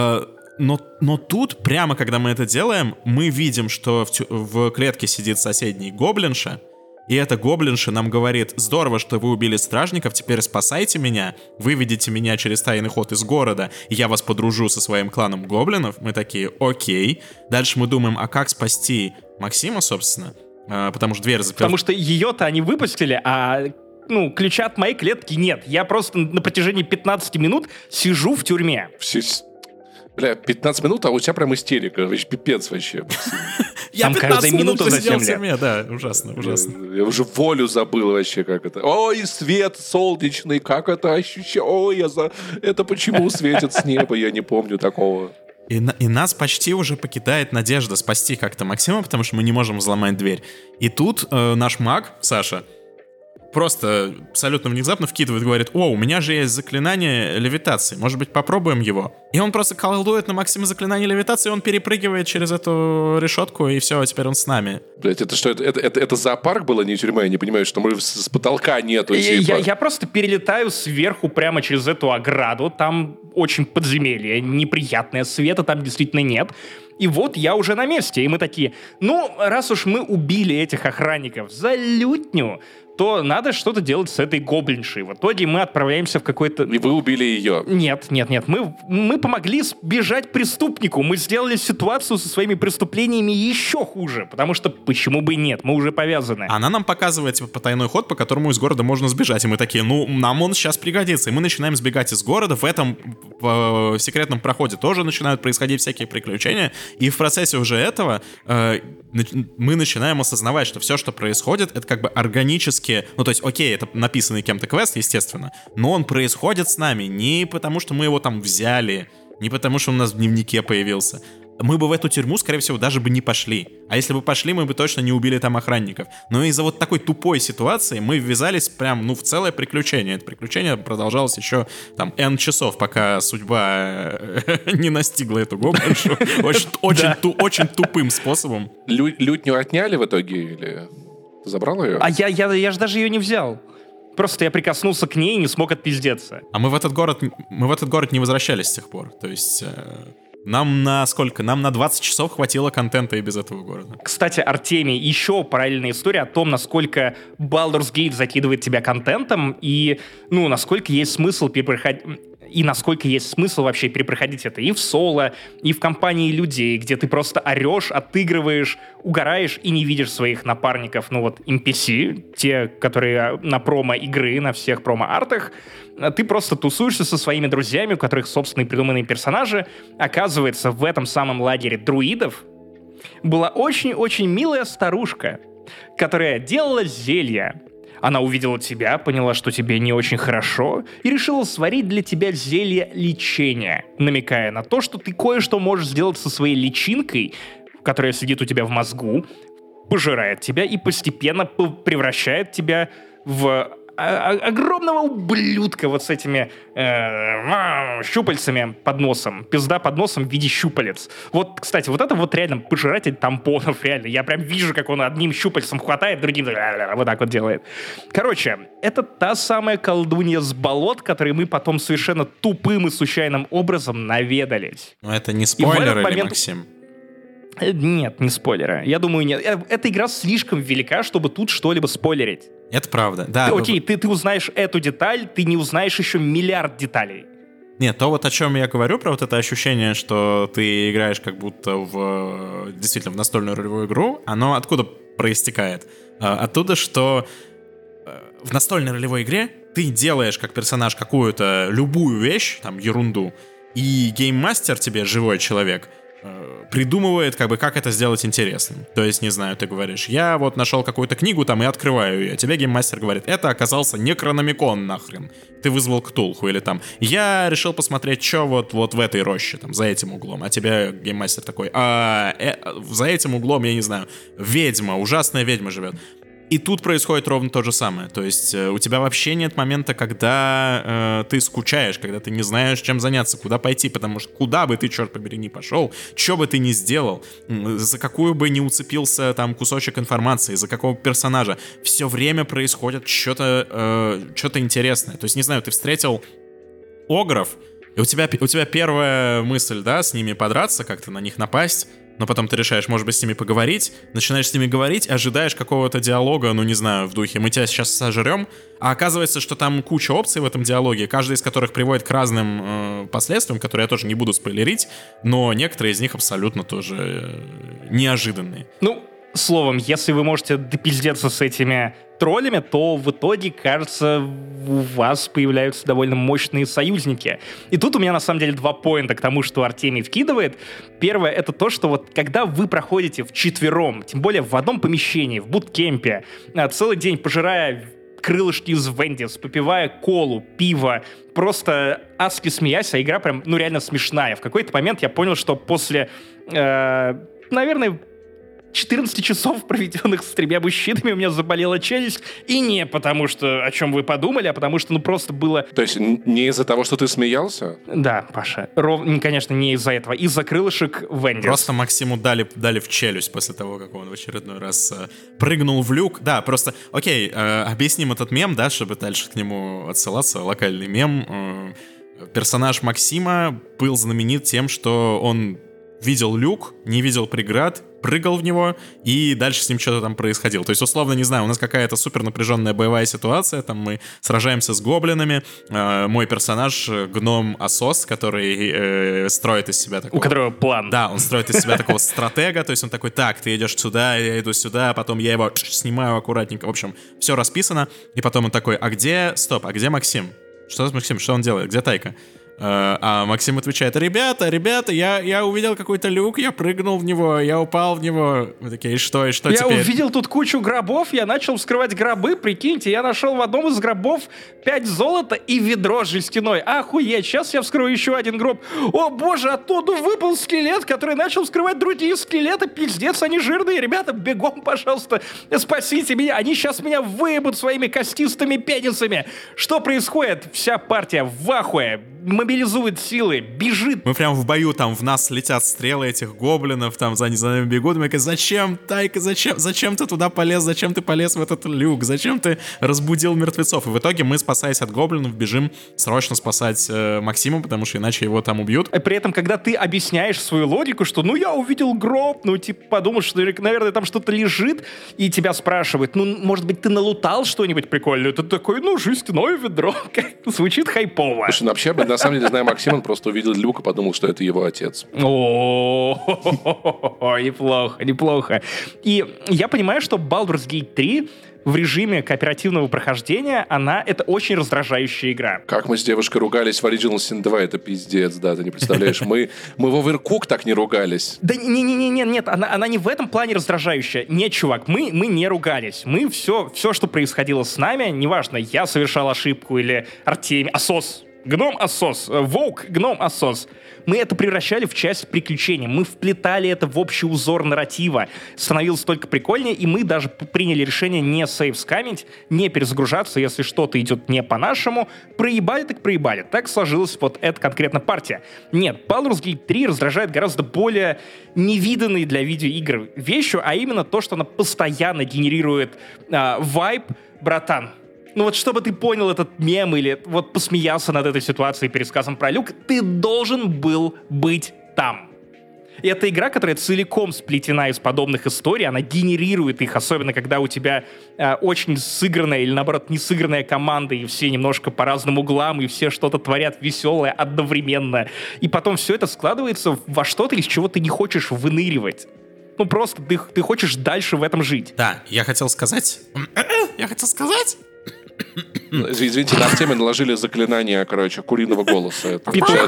Но тут, прямо когда мы это делаем, мы видим, что в клетке сидит соседний гоблинша, и эта гоблинша нам говорит: здорово, что вы убили стражников, теперь спасайте меня, выведите меня через тайный ход из города, и я вас подружу со своим кланом гоблинов. Мы такие, окей. Дальше мы думаем, а как спасти Максима, собственно? Потому что дверь заперта. Потому что ее-то они выпустили, а ключа от моей клетки нет. Я просто на протяжении 15 минут сижу в тюрьме. Бля, 15 минут, а у тебя прям истерика. Пипец вообще. Я 15 минут сидел в тюрьме, да, ужасно. Я уже волю забыл вообще, как это. Ой, свет солнечный, как это ощущаю. Ой, это почему светит с неба, я не помню такого. И нас почти уже покидает надежда спасти как-то Максима, потому что мы не можем взломать дверь. И тут наш маг, Саша, просто абсолютно внезапно вкидывает, говорит: о, у меня же есть заклинание левитации, может быть, попробуем его? И он просто колдует на Максима заклинание левитации, и он перепрыгивает через эту решетку, и все, теперь он с нами. Блять, это что, это зоопарк было, не тюрьма? Я не понимаю, что мы с потолка нету. Я просто перелетаю сверху прямо через эту ограду, там очень подземелье, неприятное, света там действительно нет. И вот я уже на месте, и мы такие, раз уж мы убили этих охранников за лютню, то надо что-то делать с этой гоблиншей. В итоге мы отправляемся в какой-то... И вы убили ее? Нет. Мы помогли сбежать преступнику. Мы сделали ситуацию со своими преступлениями еще хуже. Потому что почему бы и нет? Мы уже повязаны. Она нам показывает потайной ход, по которому из города можно сбежать. И мы такие, нам он сейчас пригодится. И мы начинаем сбегать из города. В этом секретном проходе тоже начинают происходить всякие приключения. И в процессе уже этого мы начинаем осознавать, что все, что происходит, это как бы органически. То есть, окей, это написанный кем-то квест, естественно, но он происходит с нами не потому, что мы его там взяли, не потому, что он у нас в дневнике появился. Мы бы в эту тюрьму, скорее всего, даже бы не пошли. А если бы пошли, мы бы точно не убили там охранников. Но из-за вот такой тупой ситуации мы ввязались прям, в целое приключение. Это приключение продолжалось еще там N часов, пока судьба не настигла эту гоблиншу. Очень тупым способом. Лютню отняли в итоге или... Ты забрал ее? А я же даже ее не взял. Просто я прикоснулся к ней и не смог отпиздеться. А мы в этот город не возвращались с тех пор. То есть нам на сколько? Нам на 20 часов хватило контента и без этого города. Кстати, Артемий, еще параллельная история о том, насколько Baldur's Gate закидывает тебя контентом и, насколько есть смысл и насколько есть смысл вообще перепроходить это и в соло, и в компании людей, где ты просто орешь, отыгрываешь, угораешь и не видишь своих напарников, NPC, те, которые на промо-игры, на всех промо-артах. Ты просто тусуешься со своими друзьями, у которых собственные придуманные персонажи. Оказывается, в этом самом лагере друидов была очень-очень милая старушка, которая делала зелья. Она увидела тебя, поняла, что тебе не очень хорошо, и решила сварить для тебя зелье лечения, намекая на то, что ты кое-что можешь сделать со своей личинкой, которая сидит у тебя в мозгу, пожирает тебя и постепенно превращает тебя в огромного ублюдка вот с этими щупальцами под носом. Пизда под носом в виде щупалец. Вот, кстати, вот это вот реально пожиратель тампонов, реально. Я прям вижу, как он одним щупальцем хватает, другим вот так вот делает. Короче, это та самая колдунья с болот, которой мы потом совершенно тупым и случайным образом наведались. Но это не спойлер или, Максим? Нет, не спойлеры. Я думаю, нет. Эта игра слишком велика, чтобы тут что-либо спойлерить. Это правда, да. Окей, ты узнаешь эту деталь, ты не узнаешь еще миллиард деталей. Нет, то вот о чем я говорю, про вот это ощущение, что ты играешь как будто действительно в настольную ролевую игру, оно откуда проистекает? Оттуда, что в настольной ролевой игре ты делаешь как персонаж какую-то любую вещь, там, ерунду, и гейммастер тебе, живой человек, придумывает, как бы, как это сделать интересным. То есть, не знаю, ты говоришь, я вот нашел какую-то книгу там и открываю ее. Тебе гейммастер говорит, это оказался Некрономикон нахрен. Ты вызвал Ктулху. Или там, я решил посмотреть, что вот в этой роще, там, за этим углом. А тебе гейммастер такой, за этим углом, я не знаю, ведьма, ужасная ведьма живет. И тут происходит ровно то же самое. То есть у тебя вообще нет момента, когда ты скучаешь, когда ты не знаешь, чем заняться, куда пойти, потому что куда бы ты, черт побери, ни пошел, что бы ты ни сделал, за какую бы ни уцепился там кусочек информации, за какого персонажа, все время происходит что-то интересное. То есть, не знаю, ты встретил огров, и у тебя первая мысль, да, с ними подраться, как-то на них напасть, но потом ты решаешь, может быть, с ними поговорить, начинаешь с ними говорить, ожидаешь какого-то диалога, ну, не знаю, в духе «мы тебя сейчас сожрем», а оказывается, что там куча опций в этом диалоге, каждая из которых приводит к разным последствиям, которые я тоже не буду спойлерить, но некоторые из них абсолютно тоже неожиданные. Ну, словом, если вы можете допиздеться с этими троллями, то в итоге, кажется, у вас появляются довольно мощные союзники. И тут у меня, на самом деле, 2 поинта к тому, что Артемий вкидывает. Первое — это то, что вот когда вы проходите вчетвером, тем более в одном помещении, в буткемпе, целый день пожирая крылышки из Вендис, попивая колу, пиво, просто адски смеясь, а игра прям, ну, реально смешная. В какой-то момент я понял, что после, наверное, 14 часов, проведенных с 3 мужчинами, у меня заболела челюсть. И не потому, что о чем вы подумали, а потому что, ну, просто было... То есть не из-за того, что ты смеялся? Да, Паша. Конечно, не из-за этого. Из-за крылышек Вендис. Просто Максиму дали в челюсть после того, как он в очередной раз прыгнул в люк. Да, просто, окей, объясним этот мем, да, чтобы дальше к нему отсылаться. Локальный мем. Персонаж Максима был знаменит тем, что он видел люк, не видел преград, прыгал в него, и дальше с ним что-то там происходило. То есть, условно, не знаю, у нас какая-то супер напряженная боевая ситуация, там мы сражаемся с гоблинами, мой персонаж — гном Асос, который строит из себя такого... У которого план. Да, он строит из себя такого стратега, то есть он такой, так, ты идешь сюда, я иду сюда, потом я его снимаю аккуратненько, в общем, все расписано, и потом он такой, а где Максим? Что с Максимом? Что он делает? Где Тайка? А Максим отвечает: ребята, я увидел какой-то люк, я прыгнул в него, я упал в него. Мы такие, и что теперь? Я увидел тут кучу гробов, я начал вскрывать гробы, прикиньте, я нашел в одном из гробов 5 золота и ведро жестяной. Охуеть, сейчас я вскрою еще один гроб. О боже, оттуда выпал скелет, который начал вскрывать другие скелеты. Пиздец, они жирные. Ребята, бегом, пожалуйста, спасите меня. Они сейчас меня выебут своими костистыми пенисами. Что происходит? Вся партия в ахуе. Мобилизует силы, бежит. Мы прям в бою, там в нас летят стрелы этих гоблинов, там за нами бегут. Мы говорим: зачем, Тайка, зачем ты туда полез, зачем ты полез в этот люк, зачем ты разбудил мертвецов? И в итоге мы, спасаясь от гоблинов, бежим срочно спасать Максима, потому что иначе его там убьют. И при этом, когда ты объясняешь свою логику, что я увидел гроб, типа подумал, что, наверное, там что-то лежит, и тебя спрашивают, может быть, ты налутал что-нибудь прикольное? Ты такой, жестяное ведро. Звучит хайпово. Слушай, вообще, на самом деле, знаю Максима, он просто увидел люк и подумал, что это его отец. О, неплохо. И я понимаю, что Baldur's Gate 3 в режиме кооперативного прохождения, это очень раздражающая игра. Как мы с девушкой ругались в Original Sin 2, это пиздец, да, ты не представляешь. Мы в Overcooked так не ругались. Да нет, она не в этом плане раздражающая. Нет, чувак, мы не ругались. Мы все, что происходило с нами, неважно, я совершал ошибку или Артемий, Гном Асос, Волк, Гном Асос. Мы это превращали в часть приключений. Мы вплетали это в общий узор нарратива. Становилось только прикольнее, и мы даже приняли решение не сейвскамить, не перезагружаться, если что-то идет не по-нашему. Проебали, так проебали. Так сложилась вот эта конкретно партия. Нет, Baldur's Gate 3 раздражает гораздо более невиданной для видеоигр вещью, а именно то, что она постоянно генерирует вайб, братан. Чтобы ты понял этот мем или посмеялся над этой ситуацией пересказом про люк, ты должен был быть там. И это игра, которая целиком сплетена из подобных историй, она генерирует их, особенно когда у тебя очень сыгранная или, наоборот, не сыгранная команда, и все немножко по разным углам, и все что-то творят веселое одновременно. И потом все это складывается во что-то, из чего ты не хочешь выныривать. Просто ты хочешь дальше в этом жить. Да, я хотел сказать... Извините, на Артемия наложили заклинание, куриного голоса.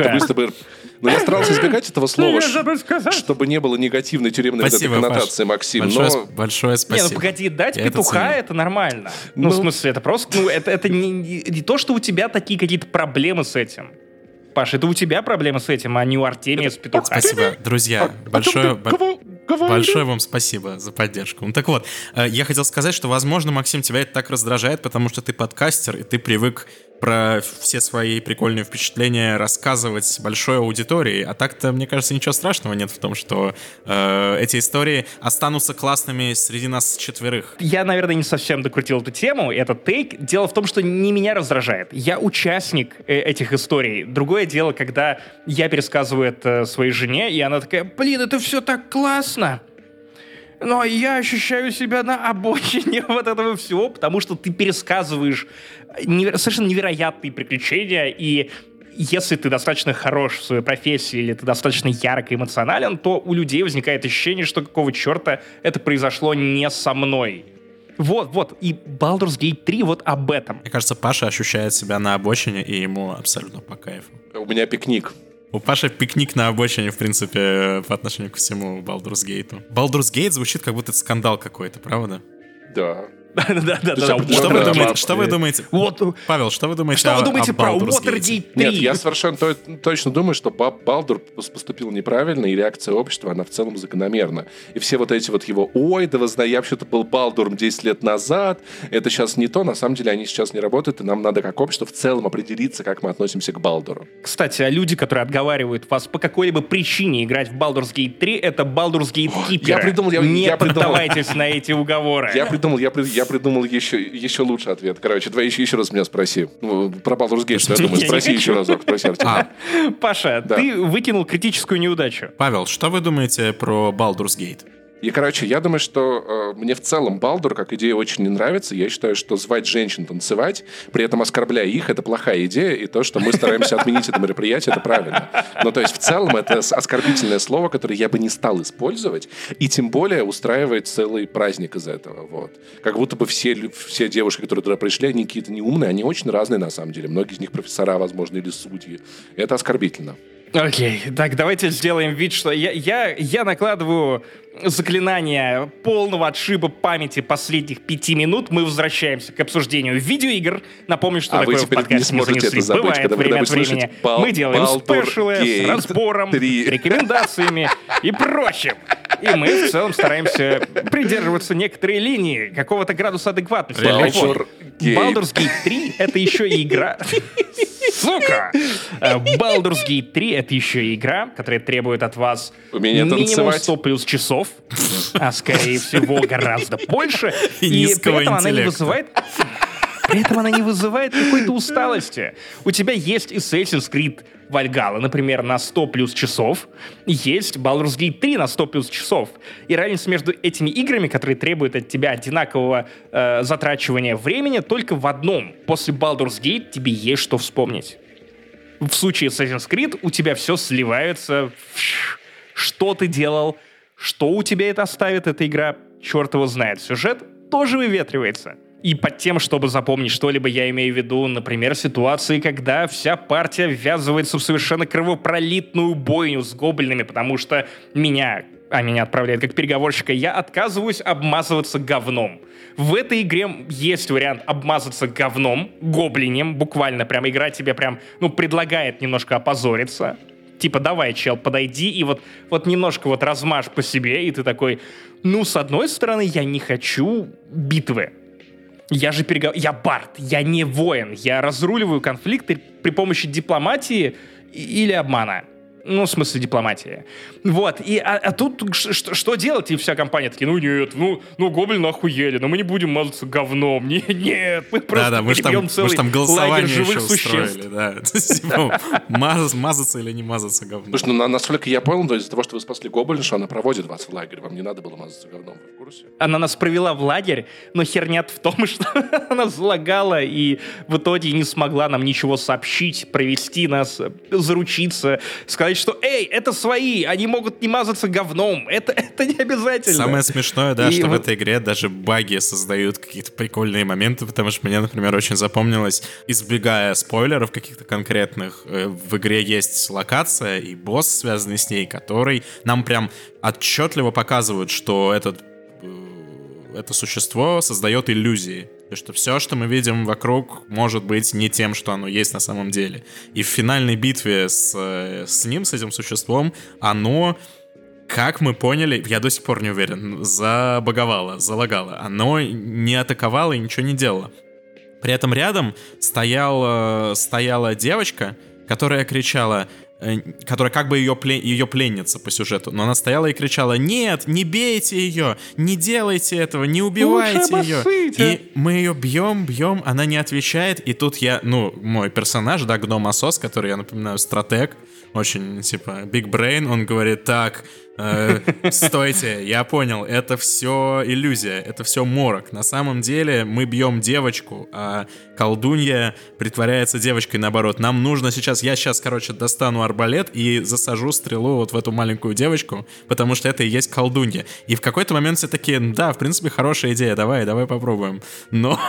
Но я старался избегать этого слова, чтобы не было негативной тюремной коннотации, Максим. Большое спасибо. Не, погоди, дать петуха — это нормально. В смысле, это просто... это не то, что у тебя такие какие-то проблемы с этим. Паш, это у тебя проблемы с этим, а не у Артемия с петуха. Спасибо, друзья. Большое вам спасибо за поддержку. Ну так вот, я хотел сказать, что, возможно, Максим, тебя это так раздражает, потому что ты подкастер, и ты привык про все свои прикольные впечатления рассказывать большой аудитории. А так-то, мне кажется, ничего страшного нет в том, что эти истории останутся классными среди нас четверых. Я, наверное, не совсем докрутил эту тему, этот тейк. Дело в том, что не меня раздражает. Я участник этих историй. Другое дело, когда я пересказываю это своей жене, и она такая: блин, это все так классно. Но я ощущаю себя на обочине вот этого всего, потому что ты пересказываешь совершенно невероятные приключения, и если ты достаточно хорош в своей профессии или ты достаточно ярко эмоционален, то у людей возникает ощущение, что какого черта это произошло не со мной. Вот, и Baldur's Gate 3 вот об этом. Мне кажется, Паша ощущает себя на обочине, и ему абсолютно по кайфу. У меня пикник. У Паши пикник на обочине, в принципе, по отношению ко всему Baldur's Gate. Baldur's Gate звучит, как будто это скандал какой-то, правда? Да. Да. Что вы думаете? Павел, что вы думаете про Watergate 3? Нет, я совершенно точно думаю, что Балдур поступил неправильно, и реакция общества, она в целом закономерна. И все вот эти вот его: ой, да я вообще-то был Балдуром 10 лет назад, это сейчас не то, на самом деле они сейчас не работают, и нам надо как общество в целом определиться, как мы относимся к Балдуру. Кстати, а люди, которые отговаривают вас по какой-либо причине играть в Baldur's Gate 3, это Baldur's Gate Keeper. Не поддавайтесь на эти уговоры. Я придумал еще лучший ответ. Короче, давай еще раз меня спроси. Про Baldur's Gate, что я думаю. Спроси еще разок. Спроси, Артем. Паша, ты выкинул критическую неудачу. Павел, что вы думаете про Baldur's Gate? И, я думаю, что мне в целом Балдур как идея очень не нравится. Я считаю, что звать женщин танцевать, при этом оскорбляя их, это плохая идея, и то, что мы стараемся отменить это мероприятие, это правильно. Но то есть в целом это оскорбительное слово, которое я бы не стал использовать, и тем более устраивать целый праздник из этого. Вот. Как будто бы все девушки, которые туда пришли, они какие-то неумные, они очень разные на самом деле. Многие из них профессора, возможно, или судьи. Это оскорбительно. Окей, так давайте сделаем вид, что я накладываю заклинание полного отшиба памяти последних 5 минут. Мы возвращаемся к обсуждению видеоигр. Напомню, что такое в подкасте не занесли. Бывает время от времени. Мы делаем спешилы с разбором, с рекомендациями и прочим. И мы в целом стараемся придерживаться некоторой линии, какого-то градуса адекватности. Baldur's Gate 3 — это еще и игра... Сука! Baldur's Gate 3 — это еще и игра, которая требует от вас минимум 100 плюс часов, а скорее всего гораздо больше. И при этом она не вызывает какой-то усталости. У тебя есть Assassin's Creed Valhalla, например, на 100 плюс часов, есть Baldur's Gate 3 на 100 плюс часов. И разница между этими играми, которые требуют от тебя одинакового затрачивания времени, только в одном. После Baldur's Gate тебе есть что вспомнить. В случае Assassin's Creed у тебя все сливается. Что ты делал, что у тебя это оставит, эта игра, черт его знает. Сюжет тоже выветривается. И под тем, чтобы запомнить что-либо, я имею в виду, например, ситуации, когда вся партия ввязывается в совершенно кровопролитную бойню с гоблинами, потому что меня отправляют как переговорщика, я отказываюсь обмазываться говном. В этой игре есть вариант обмазаться говном, гоблинем, буквально прям игра тебе прям, предлагает немножко опозориться. Типа, давай, чел, подойди и вот немножко размажь по себе, и ты такой, с одной стороны, я не хочу битвы. Я бард, я не воин, я разруливаю конфликты при помощи дипломатии или обмана. В смысле дипломатии. Вот, а тут что делать? И вся компания такие, нет, гоблины охуели, но мы не будем мазаться говном. Нет, мы просто перебьем целый лагерь живых существ. Мазаться или не мазаться говном. Слушай, насколько я понял, из-за того, что вы спасли гоблиншу, она проводит вас в лагерь. Вам не надо было мазаться говном, вы в курсе? Она нас провела в лагерь, но херня в том, что она залагала и в итоге не смогла нам ничего сообщить, провести нас, заручиться, сказать, есть, что, это свои, они могут не мазаться говном, это не обязательно. Самое смешное, да, что в этой игре даже баги создают какие-то прикольные моменты, потому что мне, например, очень запомнилось, избегая спойлеров каких-то конкретных, в игре есть локация и босс, связанный с ней, который нам прям отчетливо показывают, что это существо создает иллюзии. И что все, что мы видим вокруг, может быть не тем, что оно есть на самом деле. И в финальной битве с этим существом, оно, как мы поняли, я до сих пор не уверен, залагало. Оно не атаковало и ничего не делало. При этом рядом стояла девочка, которая кричала, которая как бы ее пленница по сюжету, но она стояла и кричала: «Нет, не бейте ее, не делайте этого, не убивайте ее». И мы ее бьем, она не отвечает, и тут мой персонаж, да, гном-осос, который, я напоминаю, стратег, очень, типа, big brain, он говорит: «Так, стойте, я понял, это все иллюзия, это все морок. На самом деле мы бьем девочку, а колдунья притворяется девочкой наоборот. Нам нужно я сейчас, достану арбалет и засажу стрелу вот в эту маленькую девочку, потому что это и есть колдунья». И в какой-то момент все такие: да, в принципе, хорошая идея, давай попробуем. Но...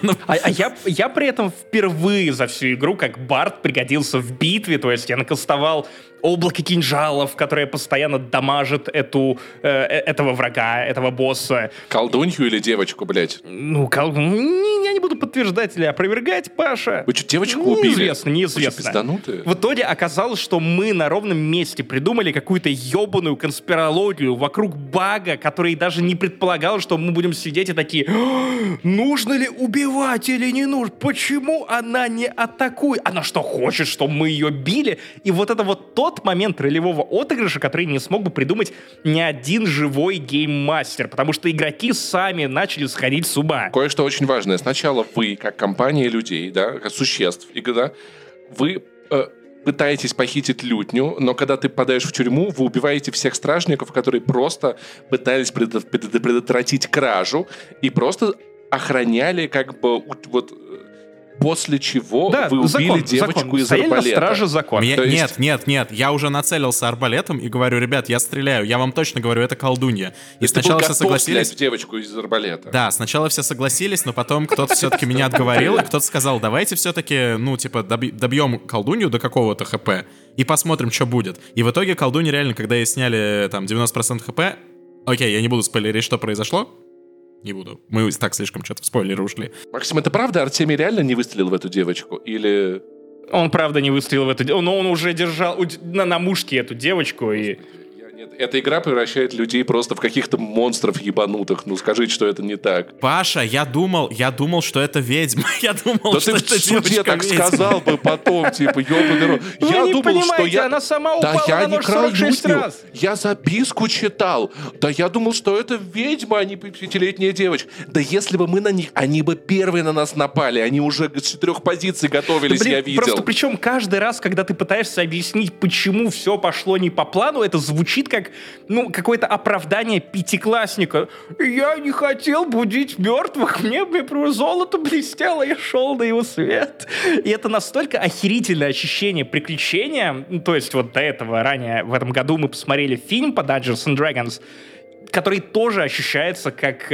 Я при этом впервые за всю игру как бард пригодился в битве, то есть я накастовал облако кинжалов, которое постоянно дамажит этого врага, этого босса. Колдунью или девочку, блядь? Я не буду подтверждать или опровергать, Паша. Вы что, девочку убили? Неизвестно. Пизданутые? В итоге оказалось, что мы на ровном месте придумали какую-то ебаную конспирологию вокруг бага, который даже не предполагал, что мы будем сидеть и такие: нужно ли убивать или не нужно? Почему она не атакует? Она что, хочет, чтобы мы ее били? И вот это вот тот момент ролевого отыгрыша, который не смог бы придумать ни один живой гейммастер, потому что игроки сами начали сходить с ума. Кое-что очень важное. Сначала вы, как компания людей, да, как существ, и когда вы пытаетесь похитить лютню, но когда ты попадаешь в тюрьму, вы убиваете всех стражников, которые просто пытались предотвратить кражу и просто охраняли после чего вы убили девочку из арбалета. Стража закон. Нет, я уже нацелился арбалетом и говорю: ребят, я стреляю, я вам точно говорю, это колдунья. И сначала все согласились. В девочку из арбалета. Да, сначала все согласились, но потом кто-то все-таки меня отговорил, и кто-то сказал: давайте все-таки, добьем колдунью до какого-то хп и посмотрим, что будет. И в итоге колдунья реально, когда ей сняли 90% хп, окей, я не буду спойлерить, что произошло. Не буду. Мы так слишком что-то в спойлеры ушли. Максим, это правда? Артемий реально не выстрелил в эту девочку? Или... Он правда не выстрелил в эту девочку. Но он уже держал на мушке эту девочку и... Нет, эта игра превращает людей просто в каких-то монстров ебанутых. Скажите, что это не так. Паша, я думал, что это ведьма. Я думал, да что ты это в суде так сказал бы потом, ёбаный рот. Я думал, что она сама упала на нож 46 раз. Я записку читал. Да я думал, что это ведьма, а не 5-летняя девочка. Да если бы мы на них, они бы первые на нас напали. Они уже с 4 позиций готовились, я видел. Просто причем каждый раз, когда ты пытаешься объяснить, почему все пошло не по плану, это звучит как, какое-то оправдание пятиклассника. Я не хотел будить мертвых, мне золото блестело, я шел на его свет. И это настолько охерительное ощущение приключения. То есть вот до этого, ранее в этом году мы посмотрели фильм по Dungeons and Dragons, который тоже ощущается как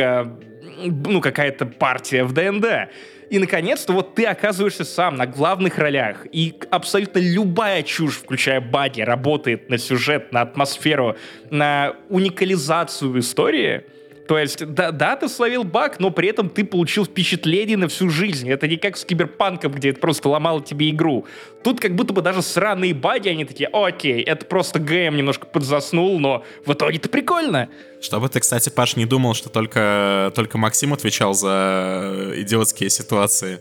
какая-то партия в ДНД. И, наконец-то, вот ты оказываешься сам на главных ролях, и абсолютно любая чушь, включая баги, работает на сюжет, на атмосферу, на уникализацию истории. То есть, да, ты словил баг, но при этом ты получил впечатление на всю жизнь. Это не как с Киберпанком, где это просто ломало тебе игру. Тут как будто бы даже сраные баги, они такие: окей, это просто ГМ немножко подзаснул, но в итоге-то прикольно. Чтобы ты, кстати, Паш, не думал, что только Максим отвечал за идиотские ситуации.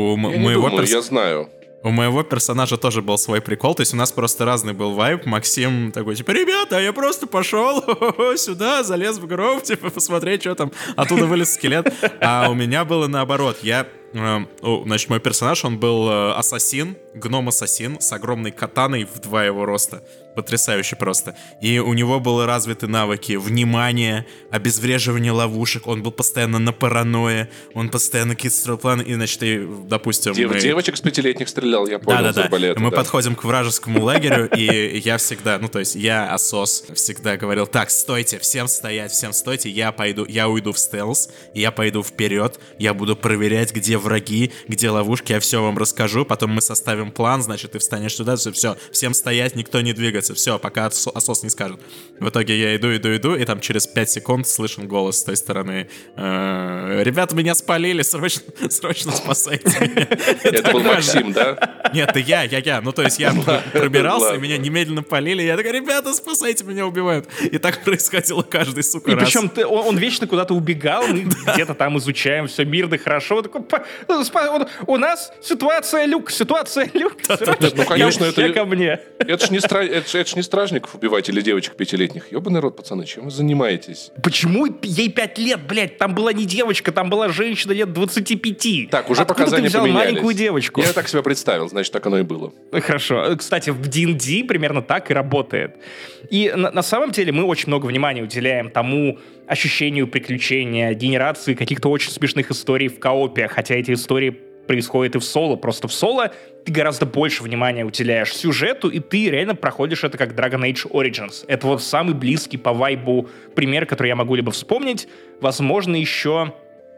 Я знаю. У моего персонажа тоже был свой прикол, то есть у нас просто разный был вайб. Максим такой, ребята, я просто пошел сюда, залез в гроб, посмотреть, что там. Оттуда вылез скелет. А у меня было наоборот. Я значит, мой персонаж, он был ассасин, гном-ассасин с огромной катаной в 2 его роста. Потрясающе просто. И у него были развиты навыки внимания, обезвреживания ловушек, он был постоянно на паранойе, он постоянно какие-то строил планы, и, значит, допустим... Девочек с 5-летних стрелял, я понял, да. Мы подходим к вражескому лагерю, и я всегда, я, Асос, всегда говорил: так, стойте, всем стоять, всем стойте, я уйду в стелс, я пойду вперед, я буду проверять, где враги, где ловушки, я все вам расскажу, потом мы составим план, значит, ты встанешь туда, все, всем стоять, никто не двигается. Все, пока Асос не скажет. В итоге я иду, и там через 5 секунд слышен голос с той стороны: ребята, меня спалили, срочно спасайте меня. Это был Максим, да? Нет, это я. Я пробирался, меня немедленно полили, я такой: ребята, спасайте, меня убивают. И так происходило каждый, раз. И причем он вечно куда-то убегал, мы где-то там изучаем, все мирно, хорошо. Такой: у нас ситуация люк. Ну, конечно, это ко мне. Это ж не стражников убивать или девочек 5-летних. Ёбаный рот, пацаны, чем вы занимаетесь? Почему ей 5 лет, блядь? Там была не девочка, там была женщина лет 25. Так, уже Откуда показания ты взял поменялись. Маленькую девочку? Я так себя представил, значит, так оно и было. Хорошо. Кстати, в D&D примерно так и работает. И на самом деле мы очень много внимания уделяем тому ощущению приключения, генерации каких-то очень смешных историй в коопе, хотя эти истории происходит и в соло. Просто в соло ты гораздо больше внимания уделяешь сюжету, и ты реально проходишь это как Dragon Age Origins. Это вот самый близкий по вайбу пример, который я могу либо вспомнить. Возможно, еще,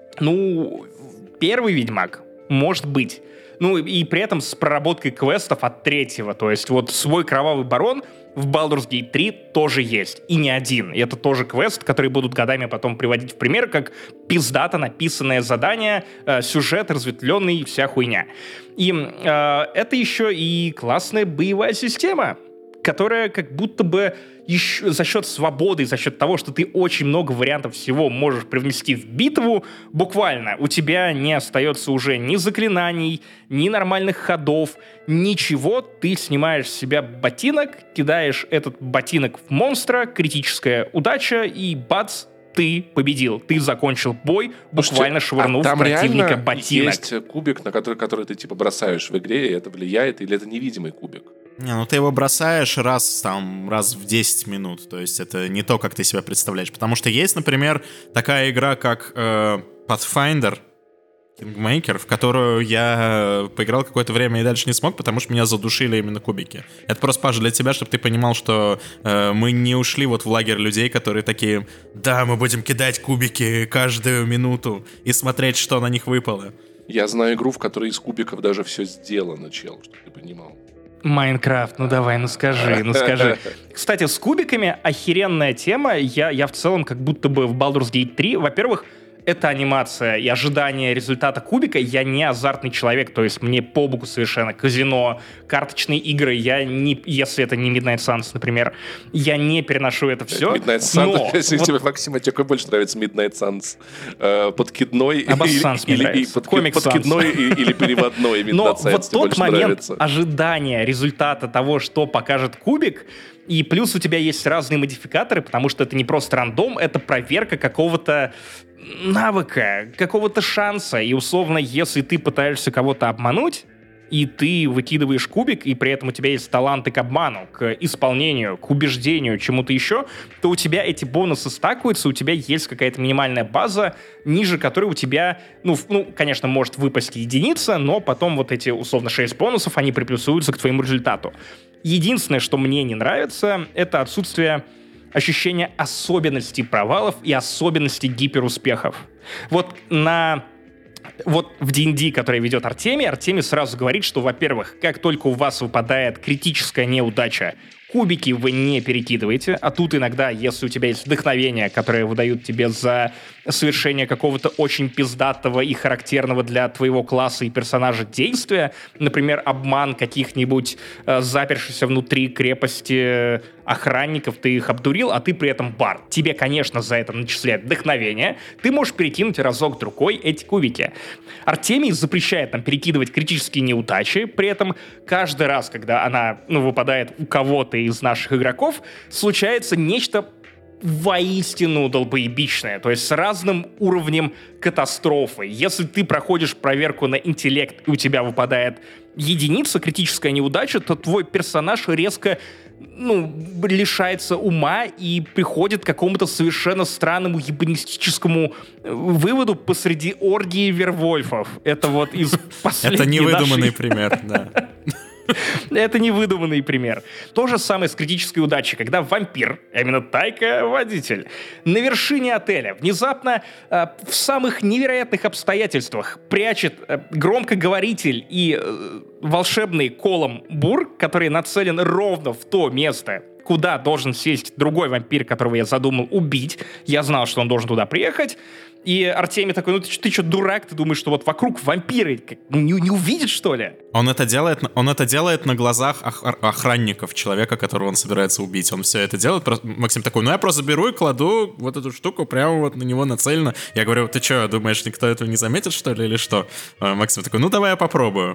первый Ведьмак. Может быть. И при этом с проработкой квестов от 3-го. То есть вот свой Кровавый Барон в Baldur's Gate 3 тоже есть. И не один. И это тоже квест, который будут годами потом приводить в пример, как пиздато написанное задание, сюжет разветвленный, вся хуйня. И это еще и классная боевая система, которая как будто бы еще за счет свободы, за счет того, что ты очень много вариантов всего можешь привнести в битву, буквально у тебя не остается уже ни заклинаний, ни нормальных ходов, ничего. Ты снимаешь с себя ботинок, кидаешь этот ботинок в монстра, критическая удача, и бац, ты победил. Ты закончил бой, буквально швырнув противника ботинок. Есть кубик, на который ты типа бросаешь в игре, и это влияет, или это невидимый кубик? Не, ты его бросаешь раз в 10 минут. То есть это не то, как ты себя представляешь. Потому что есть, например, такая игра, как Pathfinder, Kingmaker, в которую я поиграл какое-то время и дальше не смог, потому что меня задушили именно кубики. Это просто, Паша, для тебя, чтобы ты понимал, что мы не ушли вот в лагерь людей, которые такие: да, мы будем кидать кубики каждую минуту и смотреть, что на них выпало. Я знаю игру, в которой из кубиков даже все сделано, чел, чтобы ты понимал. Майнкрафт, давай, скажи. Кстати, с кубиками охеренная тема. Я в целом как будто бы в Baldur's Gate 3, во-первых, это анимация и ожидание результата кубика. Я не азартный человек, то есть мне по боку совершенно казино, карточные игры. Если это не Midnight Suns, например, я не переношу это все. Midnight Suns, если тебе, Максим, тебе больше нравится Midnight Suns, подкидной или переводной Midnight Suns. Но вот тот момент ожидания результата того, что покажет кубик, и плюс у тебя есть разные модификаторы, потому что это не просто рандом, это проверка какого-то навыка, какого-то шанса. И условно, если ты пытаешься кого-то обмануть, и ты выкидываешь кубик, и при этом у тебя есть таланты к обману, к исполнению, к убеждению, чему-то еще, то у тебя эти бонусы стакаются, у тебя есть какая-то минимальная база, ниже которой у тебя, конечно, может выпасть единица, но потом вот эти, условно, 6 бонусов, они приплюсуются к твоему результату. Единственное, что мне не нравится, это отсутствие ощущения особенностей провалов и особенностей гиперуспехов. Вот в D&D, который ведет Артемий сразу говорит, что, во-первых, как только у вас выпадает критическая неудача, кубики вы не перекидываете, а тут иногда, если у тебя есть вдохновение, которое выдают тебе за совершение какого-то очень пиздатого и характерного для твоего класса и персонажа действия, например, обман каких-нибудь запершихся внутри крепости охранников, ты их обдурил, а ты при этом бард. Тебе, конечно, за это начисляют вдохновение, ты можешь перекинуть разок-другой эти кубики. Артемий запрещает нам перекидывать критические неудачи, при этом каждый раз, когда она выпадает у кого-то из наших игроков, случается нечто воистину долбоебичная, то есть с разным уровнем катастрофы. Если ты проходишь проверку на интеллект, и у тебя выпадает единица, критическая неудача, то твой персонаж резко лишается ума и приходит к какому-то совершенно странному ебанистическому выводу посреди оргии вервольфов. Это вот из последней Это невыдуманный пример, да. Это невыдуманный пример. То же самое с критической удачей, когда вампир, а именно Тайка Водитель, на вершине отеля внезапно в самых невероятных обстоятельствах прячет громкоговоритель и волшебный колом-бур, который нацелен ровно в то место, куда должен сесть другой вампир, которого я задумал убить. Я знал, что он должен туда приехать. И Артемий такой, ты что, дурак? Ты думаешь, что вот вокруг вампиры не увидят, что ли? Он это делает на глазах охранников человека, которого он собирается убить. Он все это делает. Максим такой, я просто беру и кладу вот эту штуку прямо вот на него нацеленно. Я говорю, ты что, думаешь, никто этого не заметит, что ли, или что? Максим такой, давай я попробую.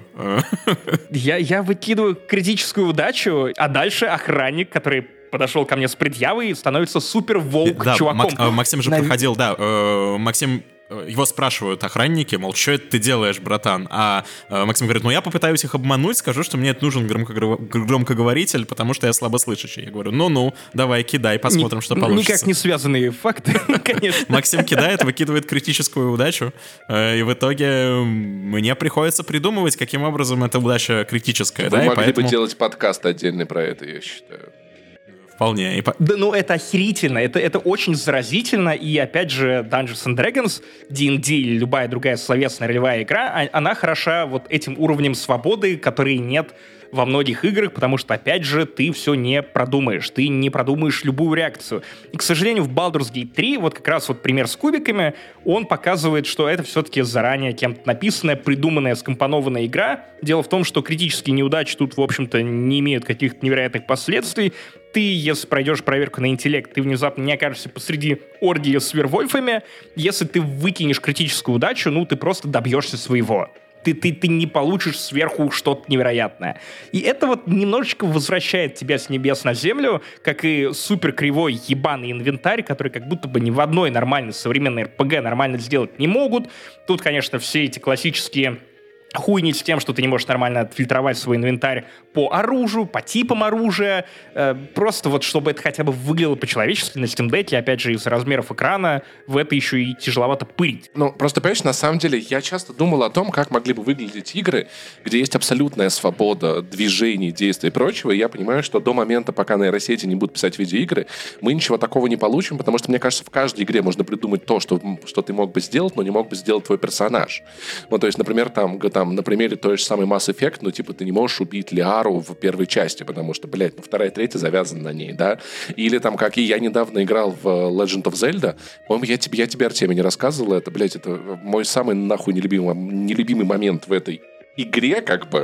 Я выкидываю критическую удачу, а дальше охранник, который подошел ко мне с предъявой, становится супер-волк чуваком. Максим же проходил, Максим... Его спрашивают охранники, мол, что это ты делаешь, братан? А Максим говорит, я попытаюсь их обмануть, скажу, что мне это нужен громкоговоритель, потому что я слабослышащий. Я говорю, давай, кидай, посмотрим, что получится. Никак не связанные факты, конечно. Максим кидает, выкидывает критическую удачу, и в итоге мне приходится придумывать, каким образом эта удача критическая. Вы могли бы делать подкаст отдельный про это, я считаю. Вполне. Да, это охерительно, это очень заразительно, и опять же Dungeons and Dragons, D&D или любая другая словесная ролевая игра, она хороша вот этим уровнем свободы, который нет во многих играх, потому что, опять же, ты все не продумаешь, ты не продумаешь любую реакцию. И, к сожалению, в Baldur's Gate 3, вот как раз вот пример с кубиками, он показывает, что это все-таки заранее кем-то написанная, придуманная, скомпонованная игра. Дело в том, что критические неудачи тут, в общем-то, не имеют каких-то невероятных последствий. Ты, если пройдешь проверку на интеллект, ты внезапно не окажешься посреди оргии с вервольфами. Если ты выкинешь критическую удачу, ты просто добьешься своего. Ты не получишь сверху что-то невероятное. И это вот немножечко возвращает тебя с небес на землю, как и супер кривой ебаный инвентарь, который как будто бы ни в одной нормальной современной РПГ нормально сделать не могут. Тут, конечно, все эти классические хуйнить с тем, что ты не можешь нормально отфильтровать свой инвентарь по оружию, по типам оружия, просто вот чтобы это хотя бы выглядело по-человечески на Steam Deck, опять же, из-за размеров экрана в это еще и тяжеловато пырить. Просто, понимаешь, на самом деле я часто думал о том, как могли бы выглядеть игры, где есть абсолютная свобода движений, действий и прочего, и я понимаю, что до момента, пока нейросети не будут писать видеоигры, мы ничего такого не получим, потому что, мне кажется, в каждой игре можно придумать то, что ты мог бы сделать, но не мог бы сделать твой персонаж. То есть, например, на примере той же самой Mass Effect, ты не можешь убить Лиару в первой части, потому что, вторая и третья завязаны на ней, да? Или как и я недавно играл в Legend of Zelda, по-моему, я тебе, Артемий, не рассказывал это, это мой самый нахуй нелюбимый момент в этой игре,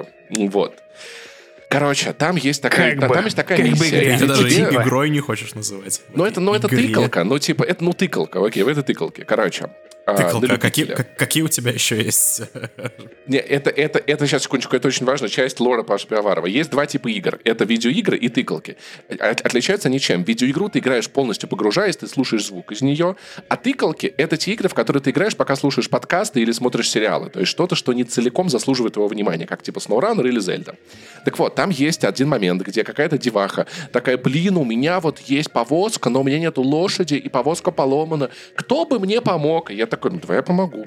вот. Короче, там есть такая миссия. Ты даже игрой не хочешь называть. Это тыкалка, тыкалка, окей, в этой тыкалке. Короче. Тыкалка, какие у тебя еще есть? Не, это сейчас, секундочку, это очень важная часть лора Паши Пивоварова. Есть два типа игр. Это видеоигры и тыкалки. Отличаются ничем. Видеоигру ты играешь полностью погружаясь, ты слушаешь звук из нее, а тыкалки — это те игры, в которые ты играешь, пока слушаешь подкасты или смотришь сериалы. То есть что-то, что не целиком заслуживает твоего внимания, как SnowRunner или Zelda. Так вот, там есть один момент, где какая-то деваха такая, у меня вот есть повозка, но у меня нету лошади, и повозка поломана. Кто бы мне помог? И я такой, давай я помогу.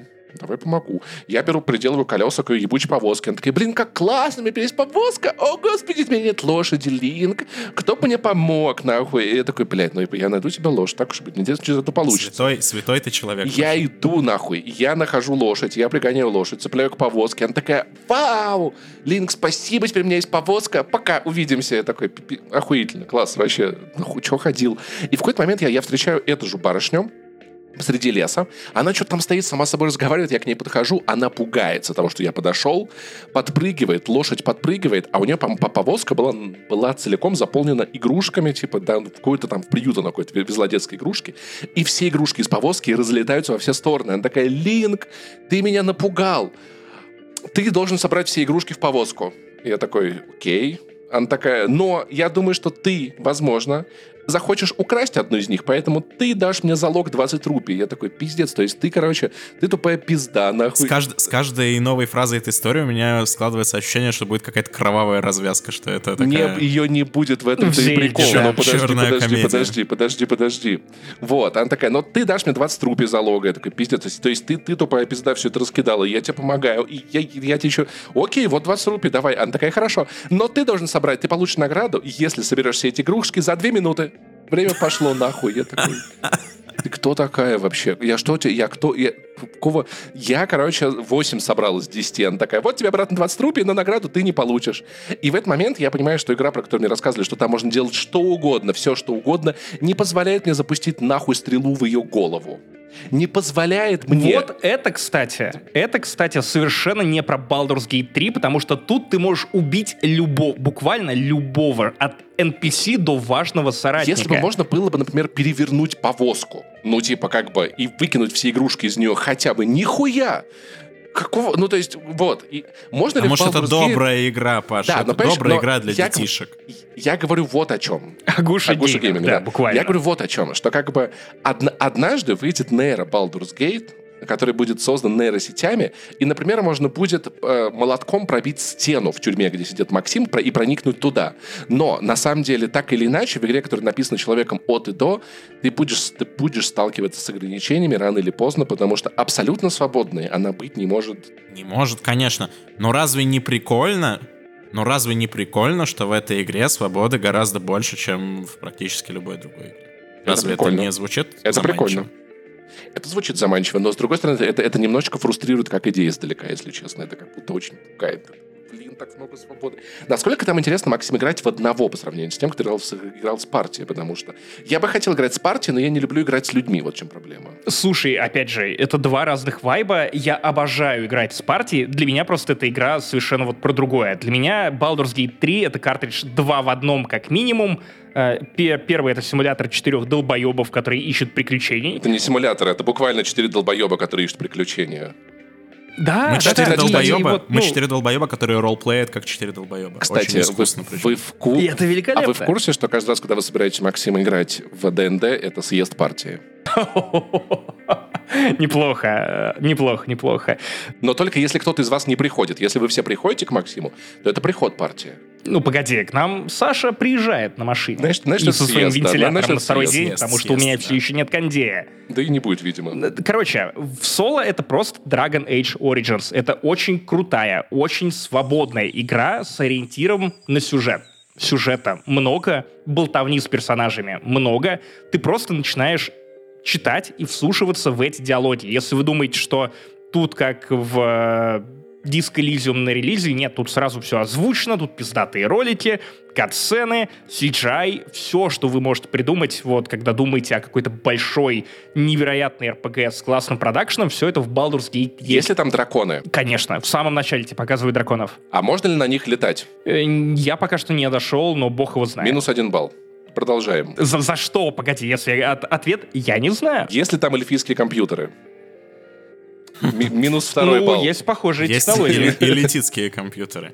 Я приделываю колеса к ебучей повозке. Она такая, как классно, у меня есть повозка. О, господи, у меня нет лошади, Линк. Кто бы мне помог, нахуй? И я такой, я найду тебе лошадь, так уж быть, надеюсь, что это получится. Святой ты человек. Я иду, нахуй, я нахожу лошадь, я пригоняю лошадь, цепляю к повозке. Она такая, вау, Линк, спасибо, теперь у меня есть повозка, пока, увидимся. Я такой, охуительно, класс, вообще, чего ходил? И в какой-то момент я встречаю эту же барышню посреди леса. Она что-то там стоит, сама с собой разговаривает, я к ней подхожу, она пугается того, что я подошел, подпрыгивает, лошадь подпрыгивает, а у нее повозка была целиком заполнена игрушками, какой-то там в приют она какой-то везла детские игрушки, и все игрушки из повозки разлетаются во все стороны. Она такая, Линк, ты меня напугал. Ты должен собрать все игрушки в повозку. Я такой, окей. Она такая, но я думаю, что ты, возможно, захочешь украсть одну из них, поэтому ты дашь мне залог 20 рупий. Я такой, пиздец, то есть ты, короче, ты тупая пизда, нахуй. С каждой новой фразой этой истории у меня складывается ощущение, что будет какая-то кровавая развязка, что это такая... Ее не будет в этом-то и прикол. Но подожди. Вот, она такая, но ты дашь мне 20 рупий залога. Я такой, пиздец, то есть ты тупая пизда, все это раскидала, и я тебе помогаю, и я тебе еще... Окей, вот 20 рупий, давай. Она такая, хорошо, но ты должен собрать, ты получишь награду, если соберешь все эти игрушки за 2 минуты. Время пошло нахуй. Я такой... Ты кто такая вообще? Я что тебе? Я кто? Я, короче, 8 собрал из 10. Она такая, вот тебе обратно 20 рупий, но награду ты не получишь. И в этот момент я понимаю, что игра, про которую мне рассказывали, что там можно делать что угодно, все что угодно, не позволяет мне запустить нахуй стрелу в ее голову. Не позволяет мне... Вот это, кстати, совершенно не про Baldur's Gate 3, потому что тут ты можешь убить буквально любого, от NPC до важного соратника. Если бы можно было бы, например, перевернуть повозку, ну, типа, как бы, и выкинуть все игрушки из нее хотя бы, нихуя! Какого? Ну, то есть, вот. И можно ли может, это добрая игра, Паша? Да, это добрая игра для детишек. Я говорю вот о чем. Агуша Гейминг, да, буквально. Я говорю вот о чем. Что как бы однажды выйдет нейро Baldur's Gate, который будет создан нейросетями, и, например, можно будет молотком пробить стену в тюрьме, где сидит Максим, и проникнуть туда. Но, на самом деле, так или иначе, в игре, которая написана человеком от и до, ты будешь сталкиваться с ограничениями рано или поздно, потому что абсолютно свободной она быть не может. Не может, конечно. Но разве не прикольно? Что в этой игре свободы гораздо больше, чем в практически любой другой игре? Разве это не звучит заманчиво? Прикольно. Это звучит заманчиво, но, с другой стороны, это немножечко фрустрирует как идея издалека, если честно. Это как будто очень пугает. Блин, так много свободы. Насколько там интересно, Максим, играть в одного по сравнению с тем, кто играл с партией, потому что я бы хотел играть с партией, но я не люблю играть с людьми, вот в чем проблема. Слушай, опять же, это два разных вайба. Я обожаю играть с партией. Для меня просто эта игра совершенно вот про другое. Для меня Baldur's Gate 3 — это картридж 2 в одном как минимум. Первый — это симулятор 4 долбоебов, которые ищут приключений. Это не симулятор, это буквально 4 долбоеба, которые ищут приключения. Да, мы 4 долбоеба, мы 4 долбоеба, которые роллплеят как 4 долбоеба. Кстати, и это великолепно. А вы в курсе, что каждый раз, когда вы собираетесь Максима играть в ДНД, это съезд партии? Неплохо. Но только если кто-то из вас не приходит. Если вы все приходите к Максиму, то это приход партии. Ну, погоди, к нам Саша приезжает на машине. Знаешь, и со своим вентилятором на второй день, потому что у меня все еще нет кондея. Да и не будет, видимо. Короче, в соло это просто Dragon Age Origins. Это очень крутая, очень свободная игра с ориентиром на сюжет. Сюжета много, болтовни с персонажами много. Ты просто начинаешь читать и вслушиваться в эти диалоги. Если вы думаете, что тут как в Disco Elysium на релизе, нет, тут сразу все озвучено, тут пиздатые ролики, катсцены, CGI, все, что вы можете придумать, вот, когда думаете о какой-то большой, невероятной RPG с классным продакшеном, все это в Baldur's Gate есть. Есть ли там драконы? Конечно, в самом начале тебе показывают драконов. А можно ли на них летать? Я пока что не дошел, но бог его знает. -1 балл. Продолжаем. За что? Погоди, если ответ, я не знаю. Есть ли там эльфийские компьютеры? -2 балл. Есть похожие технологии. Есть элитистские компьютеры.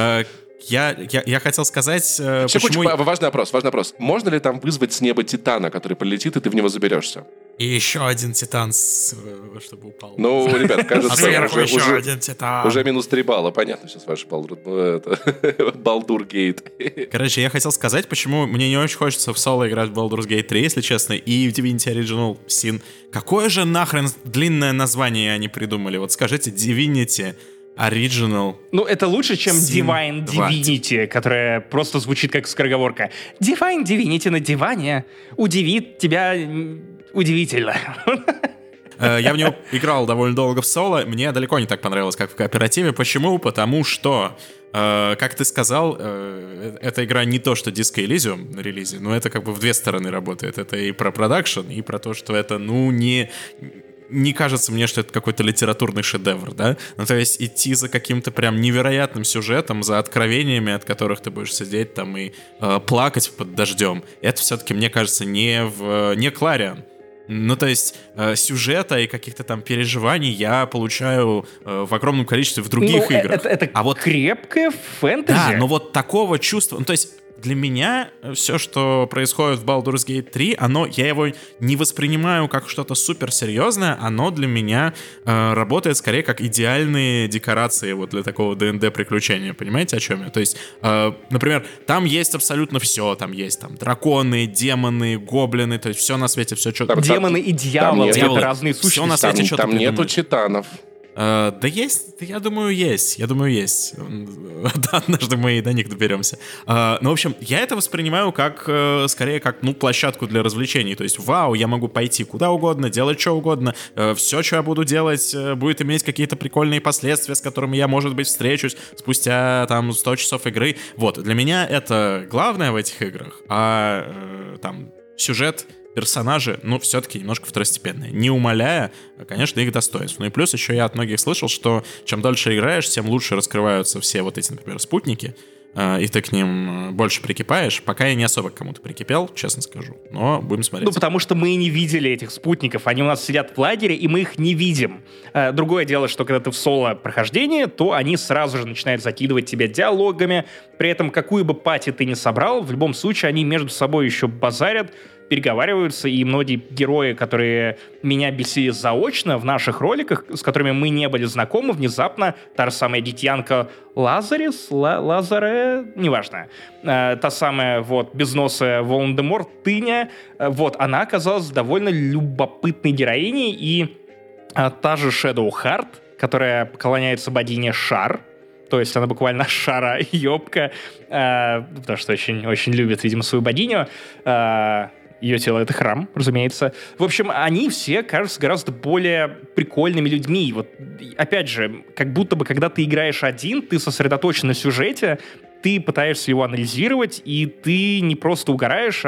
Я хотел сказать, почему... Важный вопрос. Можно ли там вызвать с неба Титана, который полетит, и ты в него заберешься? И еще один Титан, чтобы упал. Ну, ребят, кажется, уже -3 балла. Понятно сейчас ваш Baldur Gate. Короче, я хотел сказать, почему мне не очень хочется в соло играть в Baldur's Gate 3, если честно, и в Divinity Original Sin. Какое же нахрен длинное название они придумали? Вот скажите, Divinity Original. Ну, это лучше, чем Divine Divinity, которая просто звучит как скороговорка. Divine Divinity на диване удивит тебя удивительно. Я в него играл довольно долго в соло. Мне далеко не так понравилось, как в кооперативе. Почему? Потому что, как ты сказал, эта игра не то, что Disco Elysium на релизе, но это как бы в две стороны работает. Это и про продакшн, и про то, что это, не кажется мне, что это какой-то литературный шедевр, да? Ну, то есть идти за каким-то прям невероятным сюжетом, за откровениями, от которых ты будешь сидеть там и плакать под дождем, это все-таки, мне кажется, не Клариан. Ну, то есть сюжета и каких-то там переживаний я получаю в огромном количестве в других играх. Это крепкое фэнтези. Да, но вот такого чувства... Ну, то есть для меня все, что происходит в Baldur's Gate 3, я его не воспринимаю как что-то суперсерьезное, оно для меня работает скорее как идеальные декорации вот для такого ДНД-приключения, понимаете, о чем я? То есть, например, там есть абсолютно все, там есть драконы, демоны, гоблины, то есть все на свете, все что... Демоны и дьяволы, это разные сущности. Все на свете что-то там нету титанов. Да есть, я думаю, есть. Однажды мы и до них доберемся. Ну, в общем, я это воспринимаю как, скорее, как, площадку для развлечений. То есть, вау, я могу пойти куда угодно, делать что угодно. Все, что я буду делать, будет иметь какие-то прикольные последствия, с которыми я, может быть, встречусь спустя, 100 часов игры. Вот, для меня это главное в этих играх. Сюжет, персонажи, все-таки немножко второстепенные, не умаляя, конечно, их достоинств. Ну и плюс еще я от многих слышал, что чем дольше играешь, тем лучше раскрываются все вот эти, например, спутники, и ты к ним больше прикипаешь. Пока я не особо к кому-то прикипел, честно скажу, но будем смотреть. Потому что мы не видели этих спутников, они у нас сидят в лагере, и мы их не видим. Другое дело, что когда ты в соло-прохождении, то они сразу же начинают закидывать тебя диалогами, при этом какую бы пати ты ни собрал, в любом случае они между собой еще базарят, переговариваются, и многие герои, которые меня бесили заочно в наших роликах, с которыми мы не были знакомы, внезапно та же самая дитянка Лазаре, неважно, та самая безносая Волан-де-Морт, Тыня, она оказалась довольно любопытной героиней, и та же Shadow Heart, которая поклоняется богине Шар, то есть она буквально шара-ёбка, потому что очень, очень любит, видимо, свою богиню. Ее тело — это храм, разумеется. В общем, они все кажутся гораздо более прикольными людьми. Вот, опять же, как будто бы, когда ты играешь один, ты сосредоточен на сюжете, ты пытаешься его анализировать, и ты не просто угораешь,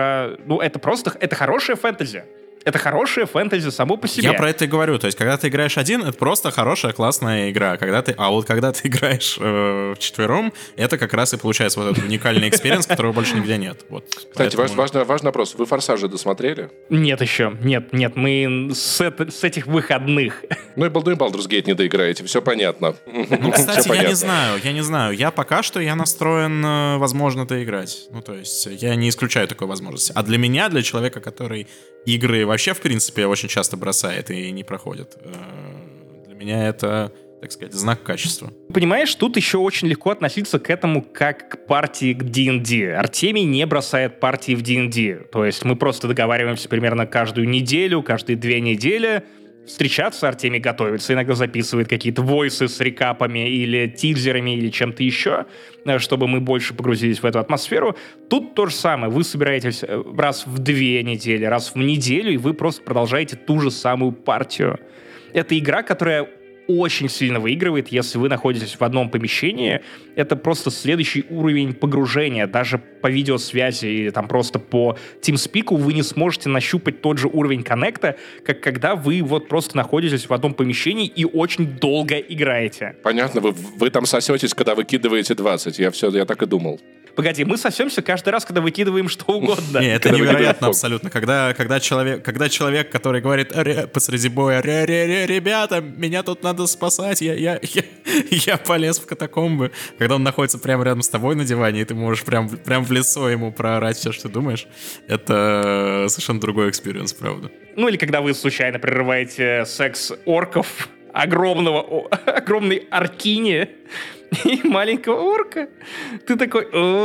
это хорошее фэнтези. Это хорошее фэнтези само по себе. Я про это и говорю. То есть, когда ты играешь один, это просто хорошая, классная игра. Когда ты играешь вчетвером, это как раз и получается вот этот уникальный экспириенс, которого больше нигде нет. Кстати, важный вопрос. Вы «Форсажи» досмотрели? Нет еще. Нет. Мы с этих выходных. Ну и Baldur's Gate не доиграете. Все понятно. Кстати, я не знаю. Я пока что настроен, возможно, доиграть. То есть, я не исключаю такой возможности. А для меня, для человека, который игры вообще, в принципе, очень часто бросает и не проходит. Для меня это, так сказать, знак качества. Понимаешь, тут еще очень легко относиться к этому как к партии к D&D. Артемий не бросает партии в D&D. То есть мы просто договариваемся примерно каждую неделю, каждые 2 недели встречаться. Артемий готовится, иногда записывает какие-то войсы с рекапами или тизерами или чем-то еще, чтобы мы больше погрузились в эту атмосферу. Тут то же самое. Вы собираетесь раз в 2 недели, раз в неделю, и вы просто продолжаете ту же самую партию. Это игра, которая очень сильно выигрывает, если вы находитесь в одном помещении. Это просто следующий уровень погружения. Даже по видеосвязи или просто по TeamSpeak вы не сможете нащупать тот же уровень коннекта, как когда вы просто находитесь в одном помещении и очень долго играете. Понятно, вы там сосетесь, когда выкидываете 20. Я так и думал. Погоди, мы сосемся каждый раз, когда выкидываем что угодно. Нет, это невероятно абсолютно. Когда человек, который говорит посреди боя: ребята, меня тут надо спасать, я полез в катакомбы. Когда он находится прямо рядом с тобой на диване, и ты можешь прям в лицо ему проорать все, что ты думаешь, это совершенно другой экспириенс, правда. Или когда вы случайно прерываете секс орков, огромной оркини и маленького орка. Ты такой...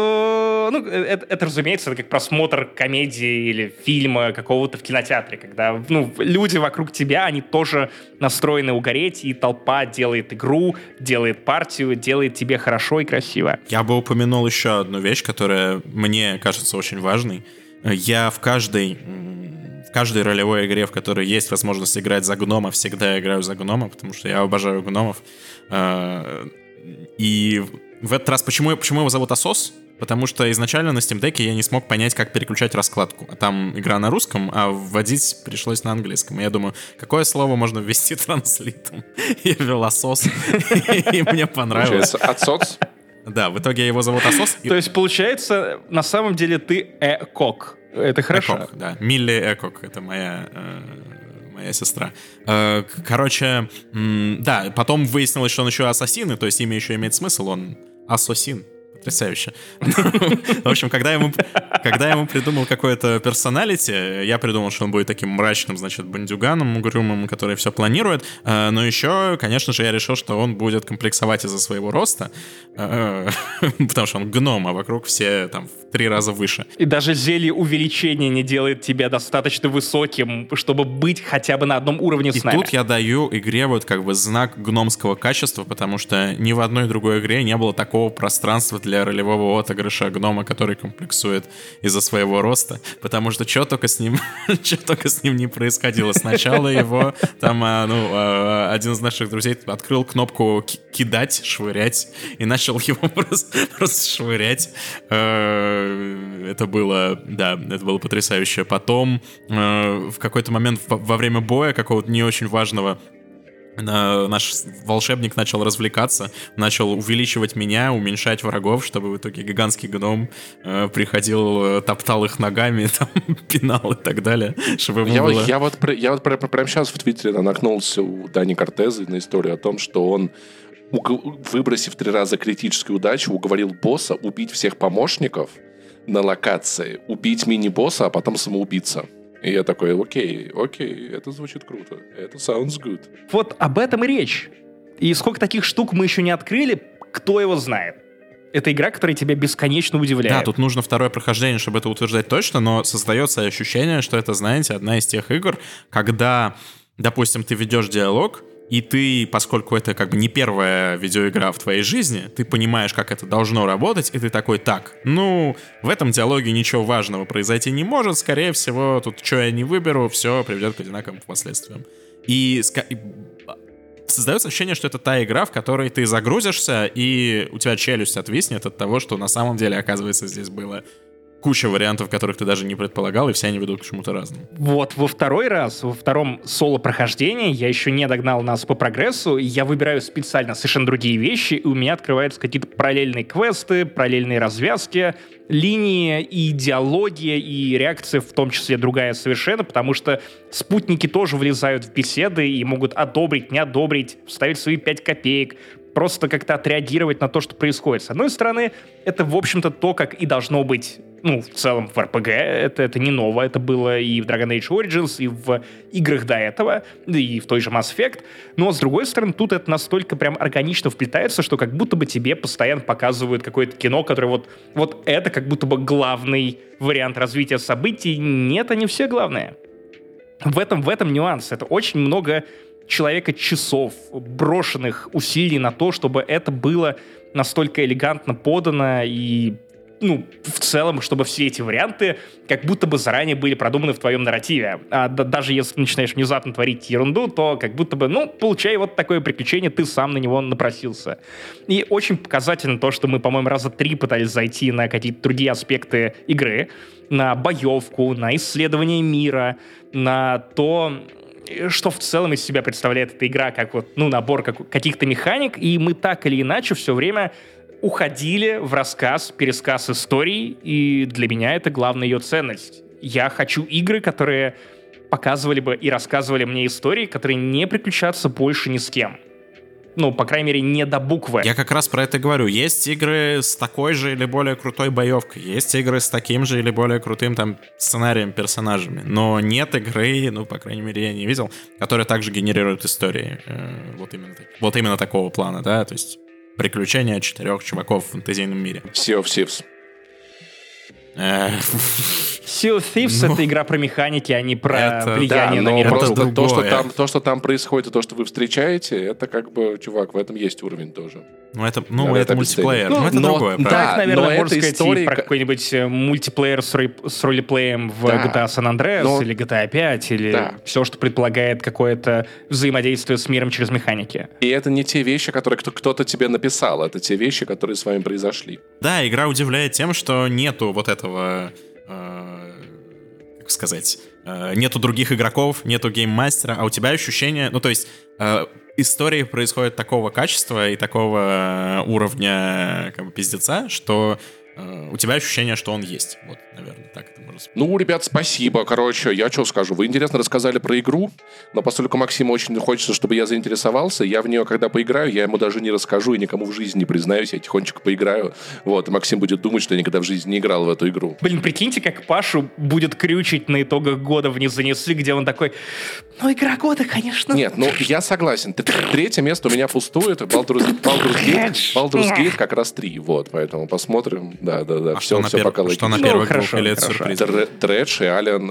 Это, разумеется, это как просмотр комедии или фильма какого-то в кинотеатре, когда люди вокруг тебя, они тоже настроены угореть, и толпа делает игру, делает партию, делает тебе хорошо и красиво. Я бы упомянул еще одну вещь, которая мне кажется очень важной. Я в каждой ролевой игре, в которой есть возможность играть за гнома, всегда играю за гнома, потому что я обожаю гномов. И в этот раз почему его зовут Асос? Потому что изначально на Steam Deck я не смог понять, как переключать раскладку. А там игра на русском, а вводить пришлось на английском. И я думаю, какое слово можно ввести транслитом? Я ввел Асос, и мне понравилось. Асос? Да, в итоге его зовут Асос. То есть, получается, на самом деле ты Экок. Это хорошо. Экок, да. Милли Экок, это моя сестра. Короче, да, потом выяснилось, что он еще ассасин, то есть имя еще имеет смысл, он ассасин. потрясающе. В общем, когда ему придумал какое-то персоналити, я придумал, что он будет таким мрачным, значит, бандюганом угрюмым, который все планирует. Но еще, конечно же, я решил, что он будет комплексовать из-за своего роста, потому что он гном, а вокруг все там в 3 раза выше. И даже зелье увеличения не делает тебя достаточно высоким, чтобы быть хотя бы на одном уровне с нами. И тут я даю игре вот как бы знак гномского качества, потому что ни в одной другой игре не было такого пространства для ролевого отыгрыша гнома, который комплексует из-за своего роста, потому что что только с ним не происходило. Сначала его там, один из наших друзей открыл кнопку кидать, швырять, и начал его просто швырять. Это было потрясающе. Потом в какой-то момент во время боя какого-то не очень важного наш волшебник начал развлекаться, начал увеличивать меня, уменьшать врагов, чтобы в итоге гигантский гном приходил, топтал их ногами, там, пинал и так далее. Чтобы я вот прямо сейчас в Твиттере наткнулся у Дани Кортеза на историю о том, что он, выбросив 3 раза критическую удачу, уговорил босса убить всех помощников на локации, убить мини-босса, а потом самоубиться. И я такой, окей, это звучит круто. Это sounds good. Вот об этом и речь. И сколько таких штук мы еще не открыли, кто его знает. Это игра, которая тебя бесконечно удивляет. Да, тут нужно второе прохождение, чтобы это утверждать точно, но создается ощущение, что это, знаете, одна из тех игр, когда, допустим, ты ведешь диалог, и ты, поскольку это как бы не первая видеоигра в твоей жизни, ты понимаешь, как это должно работать, и ты такой, так, в этом диалоге ничего важного произойти не может, скорее всего, тут что я не выберу, все приведет к одинаковым последствиям. И создается ощущение, что это та игра, в которой ты загрузишься, и у тебя челюсть отвиснет от того, что на самом деле, оказывается, здесь было куча вариантов, которых ты даже не предполагал, и все они ведут к чему-то разному. Вот во втором соло-прохождении я еще не догнал нас по прогрессу, и я выбираю специально совершенно другие вещи, и у меня открываются какие-то параллельные квесты, параллельные развязки, линии, и диалоги, и реакция в том числе другая совершенно, потому что спутники тоже влезают в беседы и могут одобрить, не одобрить, вставить свои 5 копеек, просто как-то отреагировать на то, что происходит. С одной стороны, это, в общем-то, то, как и должно быть, в целом в RPG. Это не ново. Это было и в Dragon Age Origins, и в играх до этого, и в той же Mass Effect. Но, с другой стороны, тут это настолько прям органично вплетается, что как будто бы тебе постоянно показывают какое-то кино, которое вот это как будто бы главный вариант развития событий. Нет, они все главные. В этом нюанс. Это очень много человека-часов, брошенных усилий на то, чтобы это было настолько элегантно подано и, в целом, чтобы все эти варианты как будто бы заранее были продуманы в твоем нарративе. А даже если ты начинаешь внезапно творить ерунду, то как будто бы, получай вот такое приключение, ты сам на него напросился. И очень показательно то, что мы, по-моему, раза 3 пытались зайти на какие-то другие аспекты игры, на боевку, на исследование мира, на то, что в целом из себя представляет эта игра, как набор каких-то механик, и мы так или иначе все время уходили в пересказ историй, и для меня это главная ее ценность. Я хочу игры, которые показывали бы и рассказывали мне истории, которые не приключатся больше ни с кем. По крайней мере, не до буквы. Я как раз про это говорю. Есть игры с такой же или более крутой боевкой, есть игры с таким же или более крутым сценарием, персонажами. Но нет игры, по крайней мере, я не видел, которая также генерирует истории. Вот именно такого плана, да, то есть приключения 4 чуваков в фэнтезийном мире. Sea of Thieves. Sea of Thieves — это игра про механики, а не про влияние на мир. Просто то, что там происходит, и то, что вы встречаете, это как бы, чувак, в этом есть уровень тоже. Это мультиплеер. Это другое, правда? Так, наверное, можно сказать и про какой-нибудь мультиплеер с ролеплеем в GTA San Andreas или GTA 5, или все, что предполагает какое-то взаимодействие с миром через механики. И это не те вещи, которые кто-то тебе написал, это те вещи, которые с вами произошли. Да, игра удивляет тем, что нету вот этого... как сказать, нету других игроков, нету гейммастера, а у тебя ощущение, истории происходят такого качества и такого уровня пиздеца, что у тебя ощущение, что он есть. Вот, наверное, так это можно сказать. Ну, ребят, спасибо. Короче, я что скажу. Вы интересно рассказали про игру, но поскольку Максиму очень хочется, чтобы я заинтересовался, я в нее, когда поиграю, я ему даже не расскажу и никому в жизни не признаюсь, я тихонечко поиграю. Вот, и Максим будет думать, что я никогда в жизни не играл в эту игру. Блин, прикиньте, как Пашу будет крючить на итогах года вниз занесли, где он такой, ну, игра года, конечно. Нет, ну, я согласен. Третье место у меня пустует. Baldur's Gate как раз 3. Вот, поэтому посмотрим. Да. А все пока логично. Что на первых двух или сюрприз? Дредж и Ален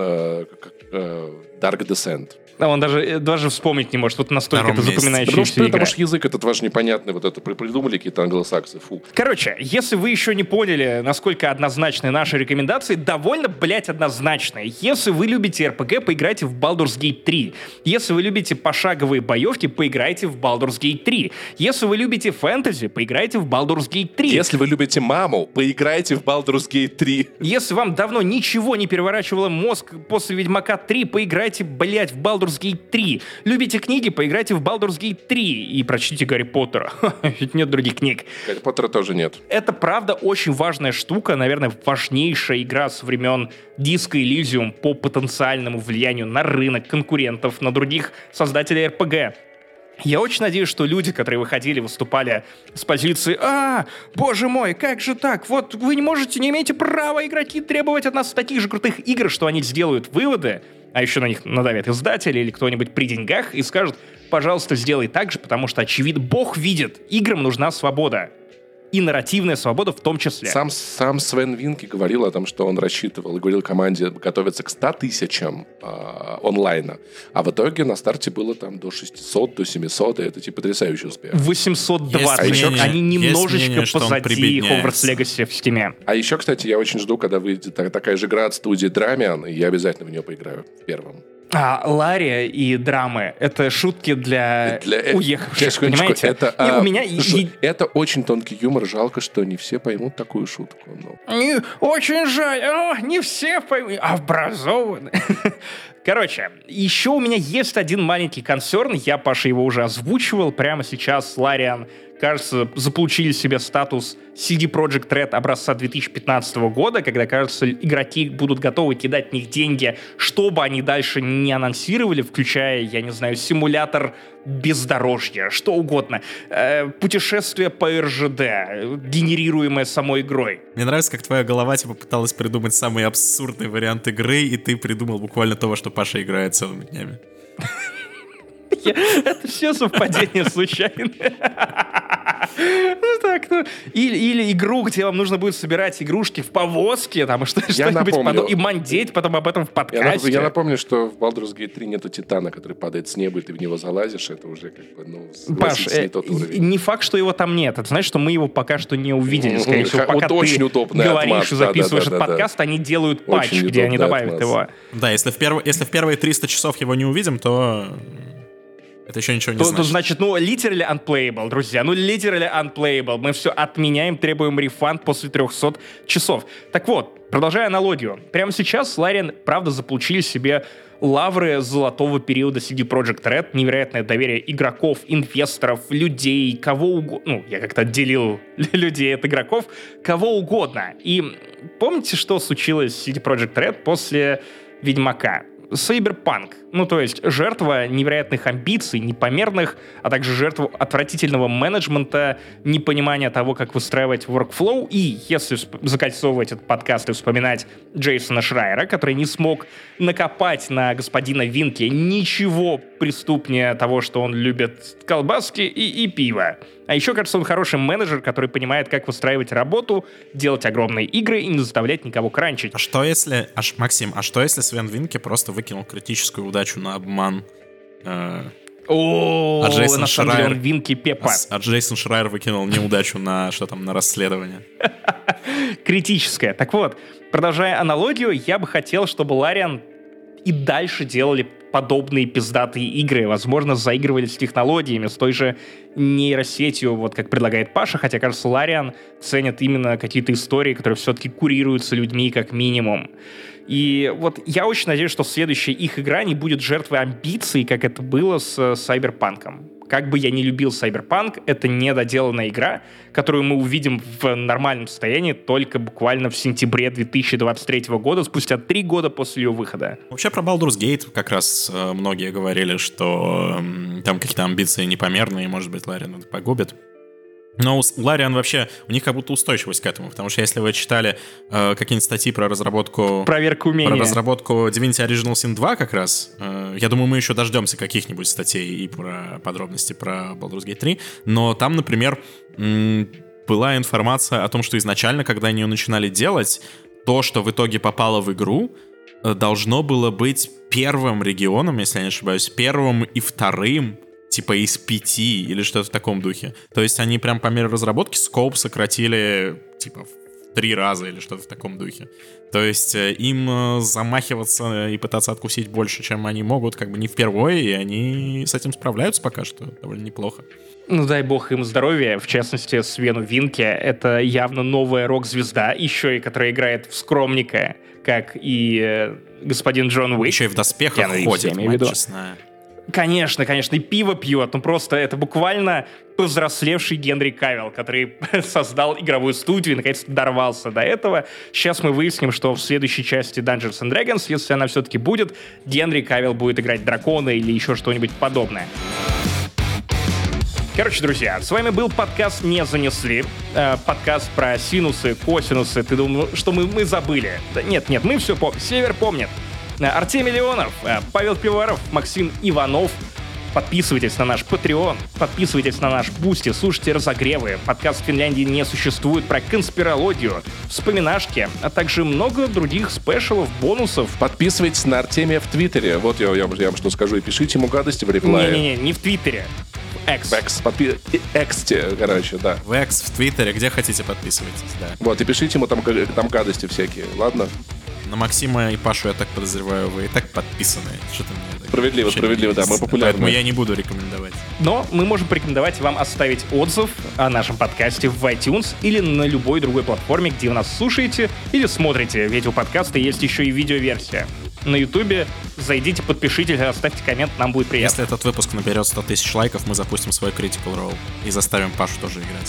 Dark Descent. Да, он даже вспомнить не может. Вот настолько это запоминающаяся игра. Потому что язык этот ваш непонятный. Вот это придумали какие-то англосаксы. Фу. Короче, если вы еще не поняли, насколько однозначны наши рекомендации, довольно, однозначные. Если вы любите RPG, поиграйте в Baldur's Gate 3. Если вы любите пошаговые боевки, поиграйте в Baldur's Gate 3. Если вы любите фэнтези, поиграйте в Baldur's Gate 3. Если вы любите маму, поиграйте в Baldur's Gate 3. Если вам давно ничего не переворачивало мозг после Ведьмака 3, поиграйте, в Baldur's Gate 3. Любите книги, поиграйте в Baldur's Gate 3 и прочтите Гарри Поттера. Ведь нет других книг. Гарри Поттера тоже нет. Это, правда, очень важная штука, наверное, важнейшая игра со времен Disco Elysium по потенциальному влиянию на рынок, конкурентов, на других создателей RPG. Я очень надеюсь, что люди, которые выходили, выступали с позиции боже мой, как же так? Вот вы не имеете права, игроки, требовать от нас таких же крутых игр, что они сделают выводы, а еще на них надавят издатели или кто-нибудь при деньгах и скажут, пожалуйста, сделай так же, потому что, очевидно, Бог видит, играм нужна свобода. И нарративная свобода в том числе. Сам Свен Винки говорил о том, что он рассчитывал и говорил команде готовиться к 100 тысячам онлайна. А в итоге на старте было там до 600, до 700, и это типа потрясающий успех. 820. Они немножечко позади Hogwarts Legacy в Steam. А еще, кстати, я очень жду, когда выйдет такая же игра от студии Dramian, и я обязательно в нее поиграю в первом. Лария и драмы — это шутки для уехавших, понимаете? Это очень тонкий юмор, жалко, что не все поймут такую шутку. Очень жаль, не все поймут, образованы. Короче, еще у меня есть один маленький консерн, я, Паша, его уже озвучивал, прямо сейчас Larian, кажется, заполучили себе статус CD Projekt Red образца 2015 года, когда, кажется, игроки будут готовы кидать в них деньги, что бы они дальше не анонсировали, включая, я не знаю, симулятор бездорожья, что угодно, путешествие по РЖД, генерируемое самой игрой. Мне нравится, как твоя голова пыталась придумать самый абсурдный вариант игры, и ты придумал буквально то, во что Паша играет целыми днями. Это все совпадение случайное. Или игру, где вам нужно будет собирать игрушки в повозке, там, что-нибудь, и мандеть потом об этом в подкасте. Я напомню, что в Baldur's Gate 3 нету Титана, который падает с неба, и ты в него залазишь, это уже Паш, не факт, что его там нет. Это значит, что мы его пока что не увидели. Скорее всего, пока ты говоришь и записываешь этот подкаст, они делают патч, где они добавят его. Да, если в первые 300 часов его не увидим, то... Это еще ничего не значит. Значит, literally unplayable, друзья. Literally unplayable. Мы все отменяем, требуем рефанд после 300 часов. Так вот, продолжая аналогию. Прямо сейчас Larian, правда, заполучили себе лавры золотого периода CD Projekt Red, невероятное доверие игроков, инвесторов, людей, кого угодно. Я как-то отделил людей от игроков, кого угодно. И помните, что случилось с CD Projekt Red после Ведьмака? Cyberpunk. То есть жертва невероятных амбиций, непомерных, а также жертва отвратительного менеджмента, непонимания того, как выстраивать workflow. И если закольцовывать этот подкаст и вспоминать Джейсона Шрайера, который не смог накопать на господина Винки ничего преступнее того, что он любит колбаски и пиво. А еще, кажется, он хороший менеджер, который понимает, как выстраивать работу, делать огромные игры и не заставлять никого кранчить. Максим, что если Свен Винки просто выкинул критическую удачу на обман? На самом деле он Винки Пеппа. А Джейсон Шрайер выкинул неудачу на расследование. Критическое. Так вот, продолжая аналогию, я бы хотел, чтобы Larian и дальше делали подобные пиздатые игры, возможно, заигрывали с технологиями, с той же нейросетью, вот как предлагает Паша, хотя, кажется, Larian ценит именно какие-то истории, которые все-таки курируются людьми как минимум. И вот я очень надеюсь, что следующая их игра не будет жертвой амбиций, как это было с Cyberpunk'ом. как бы я ни любил Cyberpunk, это недоделанная игра, которую мы увидим в нормальном состоянии только буквально в сентябре 2023 года, спустя 3 года после ее выхода. Вообще про Baldur's Gate как раз многие говорили, что там какие-то амбиции непомерные, и, может быть, Лариан это погубит. Но у Лариан вообще, у них как будто устойчивость к этому, потому что если вы читали какие-нибудь статьи про разработку... Проверку умения. Про разработку Divinity Original Sin 2 как раз, я думаю, мы еще дождемся каких-нибудь статей и про подробности про Baldur's Gate 3, но там, например, была информация о том, что изначально, когда они ее начинали делать, то, что в итоге попало в игру, должно было быть первым регионом, если я не ошибаюсь, первым и вторым, типа из 5 или что-то в таком духе. То есть они прям по мере разработки скоуп сократили типа в 3 раза или что-то в таком духе. То есть им замахиваться и пытаться откусить больше, чем они могут, как бы не впервые, и они с этим справляются пока что довольно неплохо. Ну, дай бог им здоровья, в частности, Свену Винке. Это явно новая рок-звезда, еще и которая играет в скромника, как и господин Джон Уик. Еще и в доспехах ходит, мать честная. Конечно, и пиво пьет. Ну просто это буквально повзрослевший Генри Кавилл, который создал игровую студию и наконец-то дорвался до этого. Сейчас мы выясним, что в следующей части Dungeons and Dragons, если она все-таки будет, Генри Кавилл будет играть дракона или еще что-нибудь подобное. Короче, друзья, с вами был подкаст «Не занесли». Подкаст про синусы, косинусы. Ты думал, что мы забыли? Да нет, мы все помним. Север помнит. Артемий Леонов, Павел Пивоваров, Максим Иванов. Подписывайтесь на наш Patreon, подписывайтесь на наш Бусти, слушайте разогревы. Подкаст в Финляндии не существует про конспирологию, вспоминашки, а также много других спешалов, бонусов. Подписывайтесь на Артемия в Твиттере. Вот я вам что скажу. И пишите ему гадости в реплае. Не в Твиттере. Экс, короче, да. В Экс, в Твиттере, где хотите, подписывайтесь, да. Вот, и пишите ему там гадости всякие, ладно? На Максима и Пашу, я так подозреваю, вы и так подписаны. Что-то мне Справедливо, да, мы популярны. Поэтому я не буду рекомендовать. Но мы можем порекомендовать вам оставить отзыв о нашем подкасте в iTunes или на любой другой платформе, где вы нас слушаете или смотрите. Ведь у подкаста есть еще и видеоверсия. На Ютубе зайдите, подпишитесь, оставьте коммент, нам будет приятно. Если этот выпуск наберет 100 тысяч лайков, мы запустим свой Critical Role и заставим Пашу тоже играть.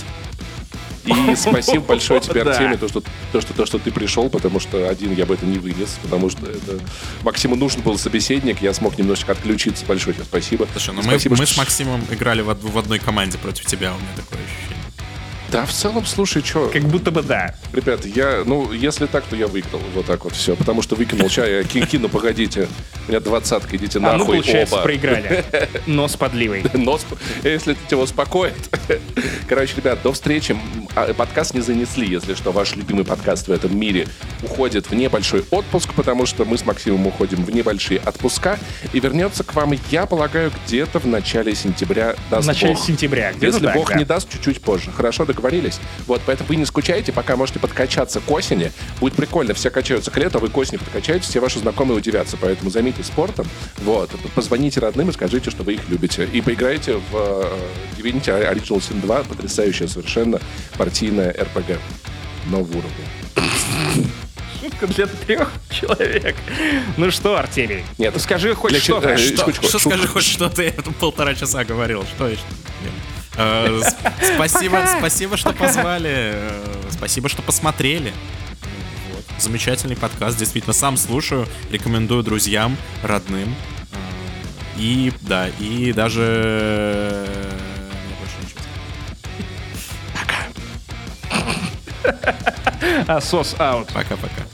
И спасибо большое тебе, Артемий, то, что ты пришел, потому что один я бы это не вынес, потому что Максиму нужен был собеседник, я смог немножечко отключиться. Большое тебе спасибо. Слушай, мы с Максимом играли в одной команде против тебя, у меня такое ощущение. Да, в целом, слушай, что... Как будто бы да. Ребят, если так, то я выкинул вот так вот все, потому что выкинул чай, я кину, погодите, у меня 20-ка, идите нахуй, получается, оба. Проиграли. Но с подливой. Если это тебя успокоит. Короче, ребят, до встречи. Подкаст не занесли, если что, ваш любимый подкаст в этом мире уходит в небольшой отпуск, потому что мы с Максимом уходим в небольшие отпуска, и вернется к вам, я полагаю, где-то в начале сентября, даст Бог. В начале сентября. Если Бог не даст, чуть-чуть позже. Хорошо, договорились? Вот, поэтому вы не скучайте, пока можете подкачаться к осени. Будет прикольно, все качаются к лету, а вы к осени подкачаетесь, все ваши знакомые удивятся, поэтому займитесь спортом. Вот, позвоните родным и скажите, что вы их любите. И поиграйте в Divinity Original Sin 2, потрясающая совершенно партийная RPG. Нового уровня. Шутка для 3 человек. Ну что, Артемий? Нет. Скажи хоть что-то. Что скажи хоть что-то? Я 1,5 часа говорил. Что еще? Спасибо, что позвали. Спасибо, что посмотрели. Вот. Замечательный подкаст. Действительно, сам слушаю. Рекомендую друзьям, родным. И даже... Сос аут. Пока-пока.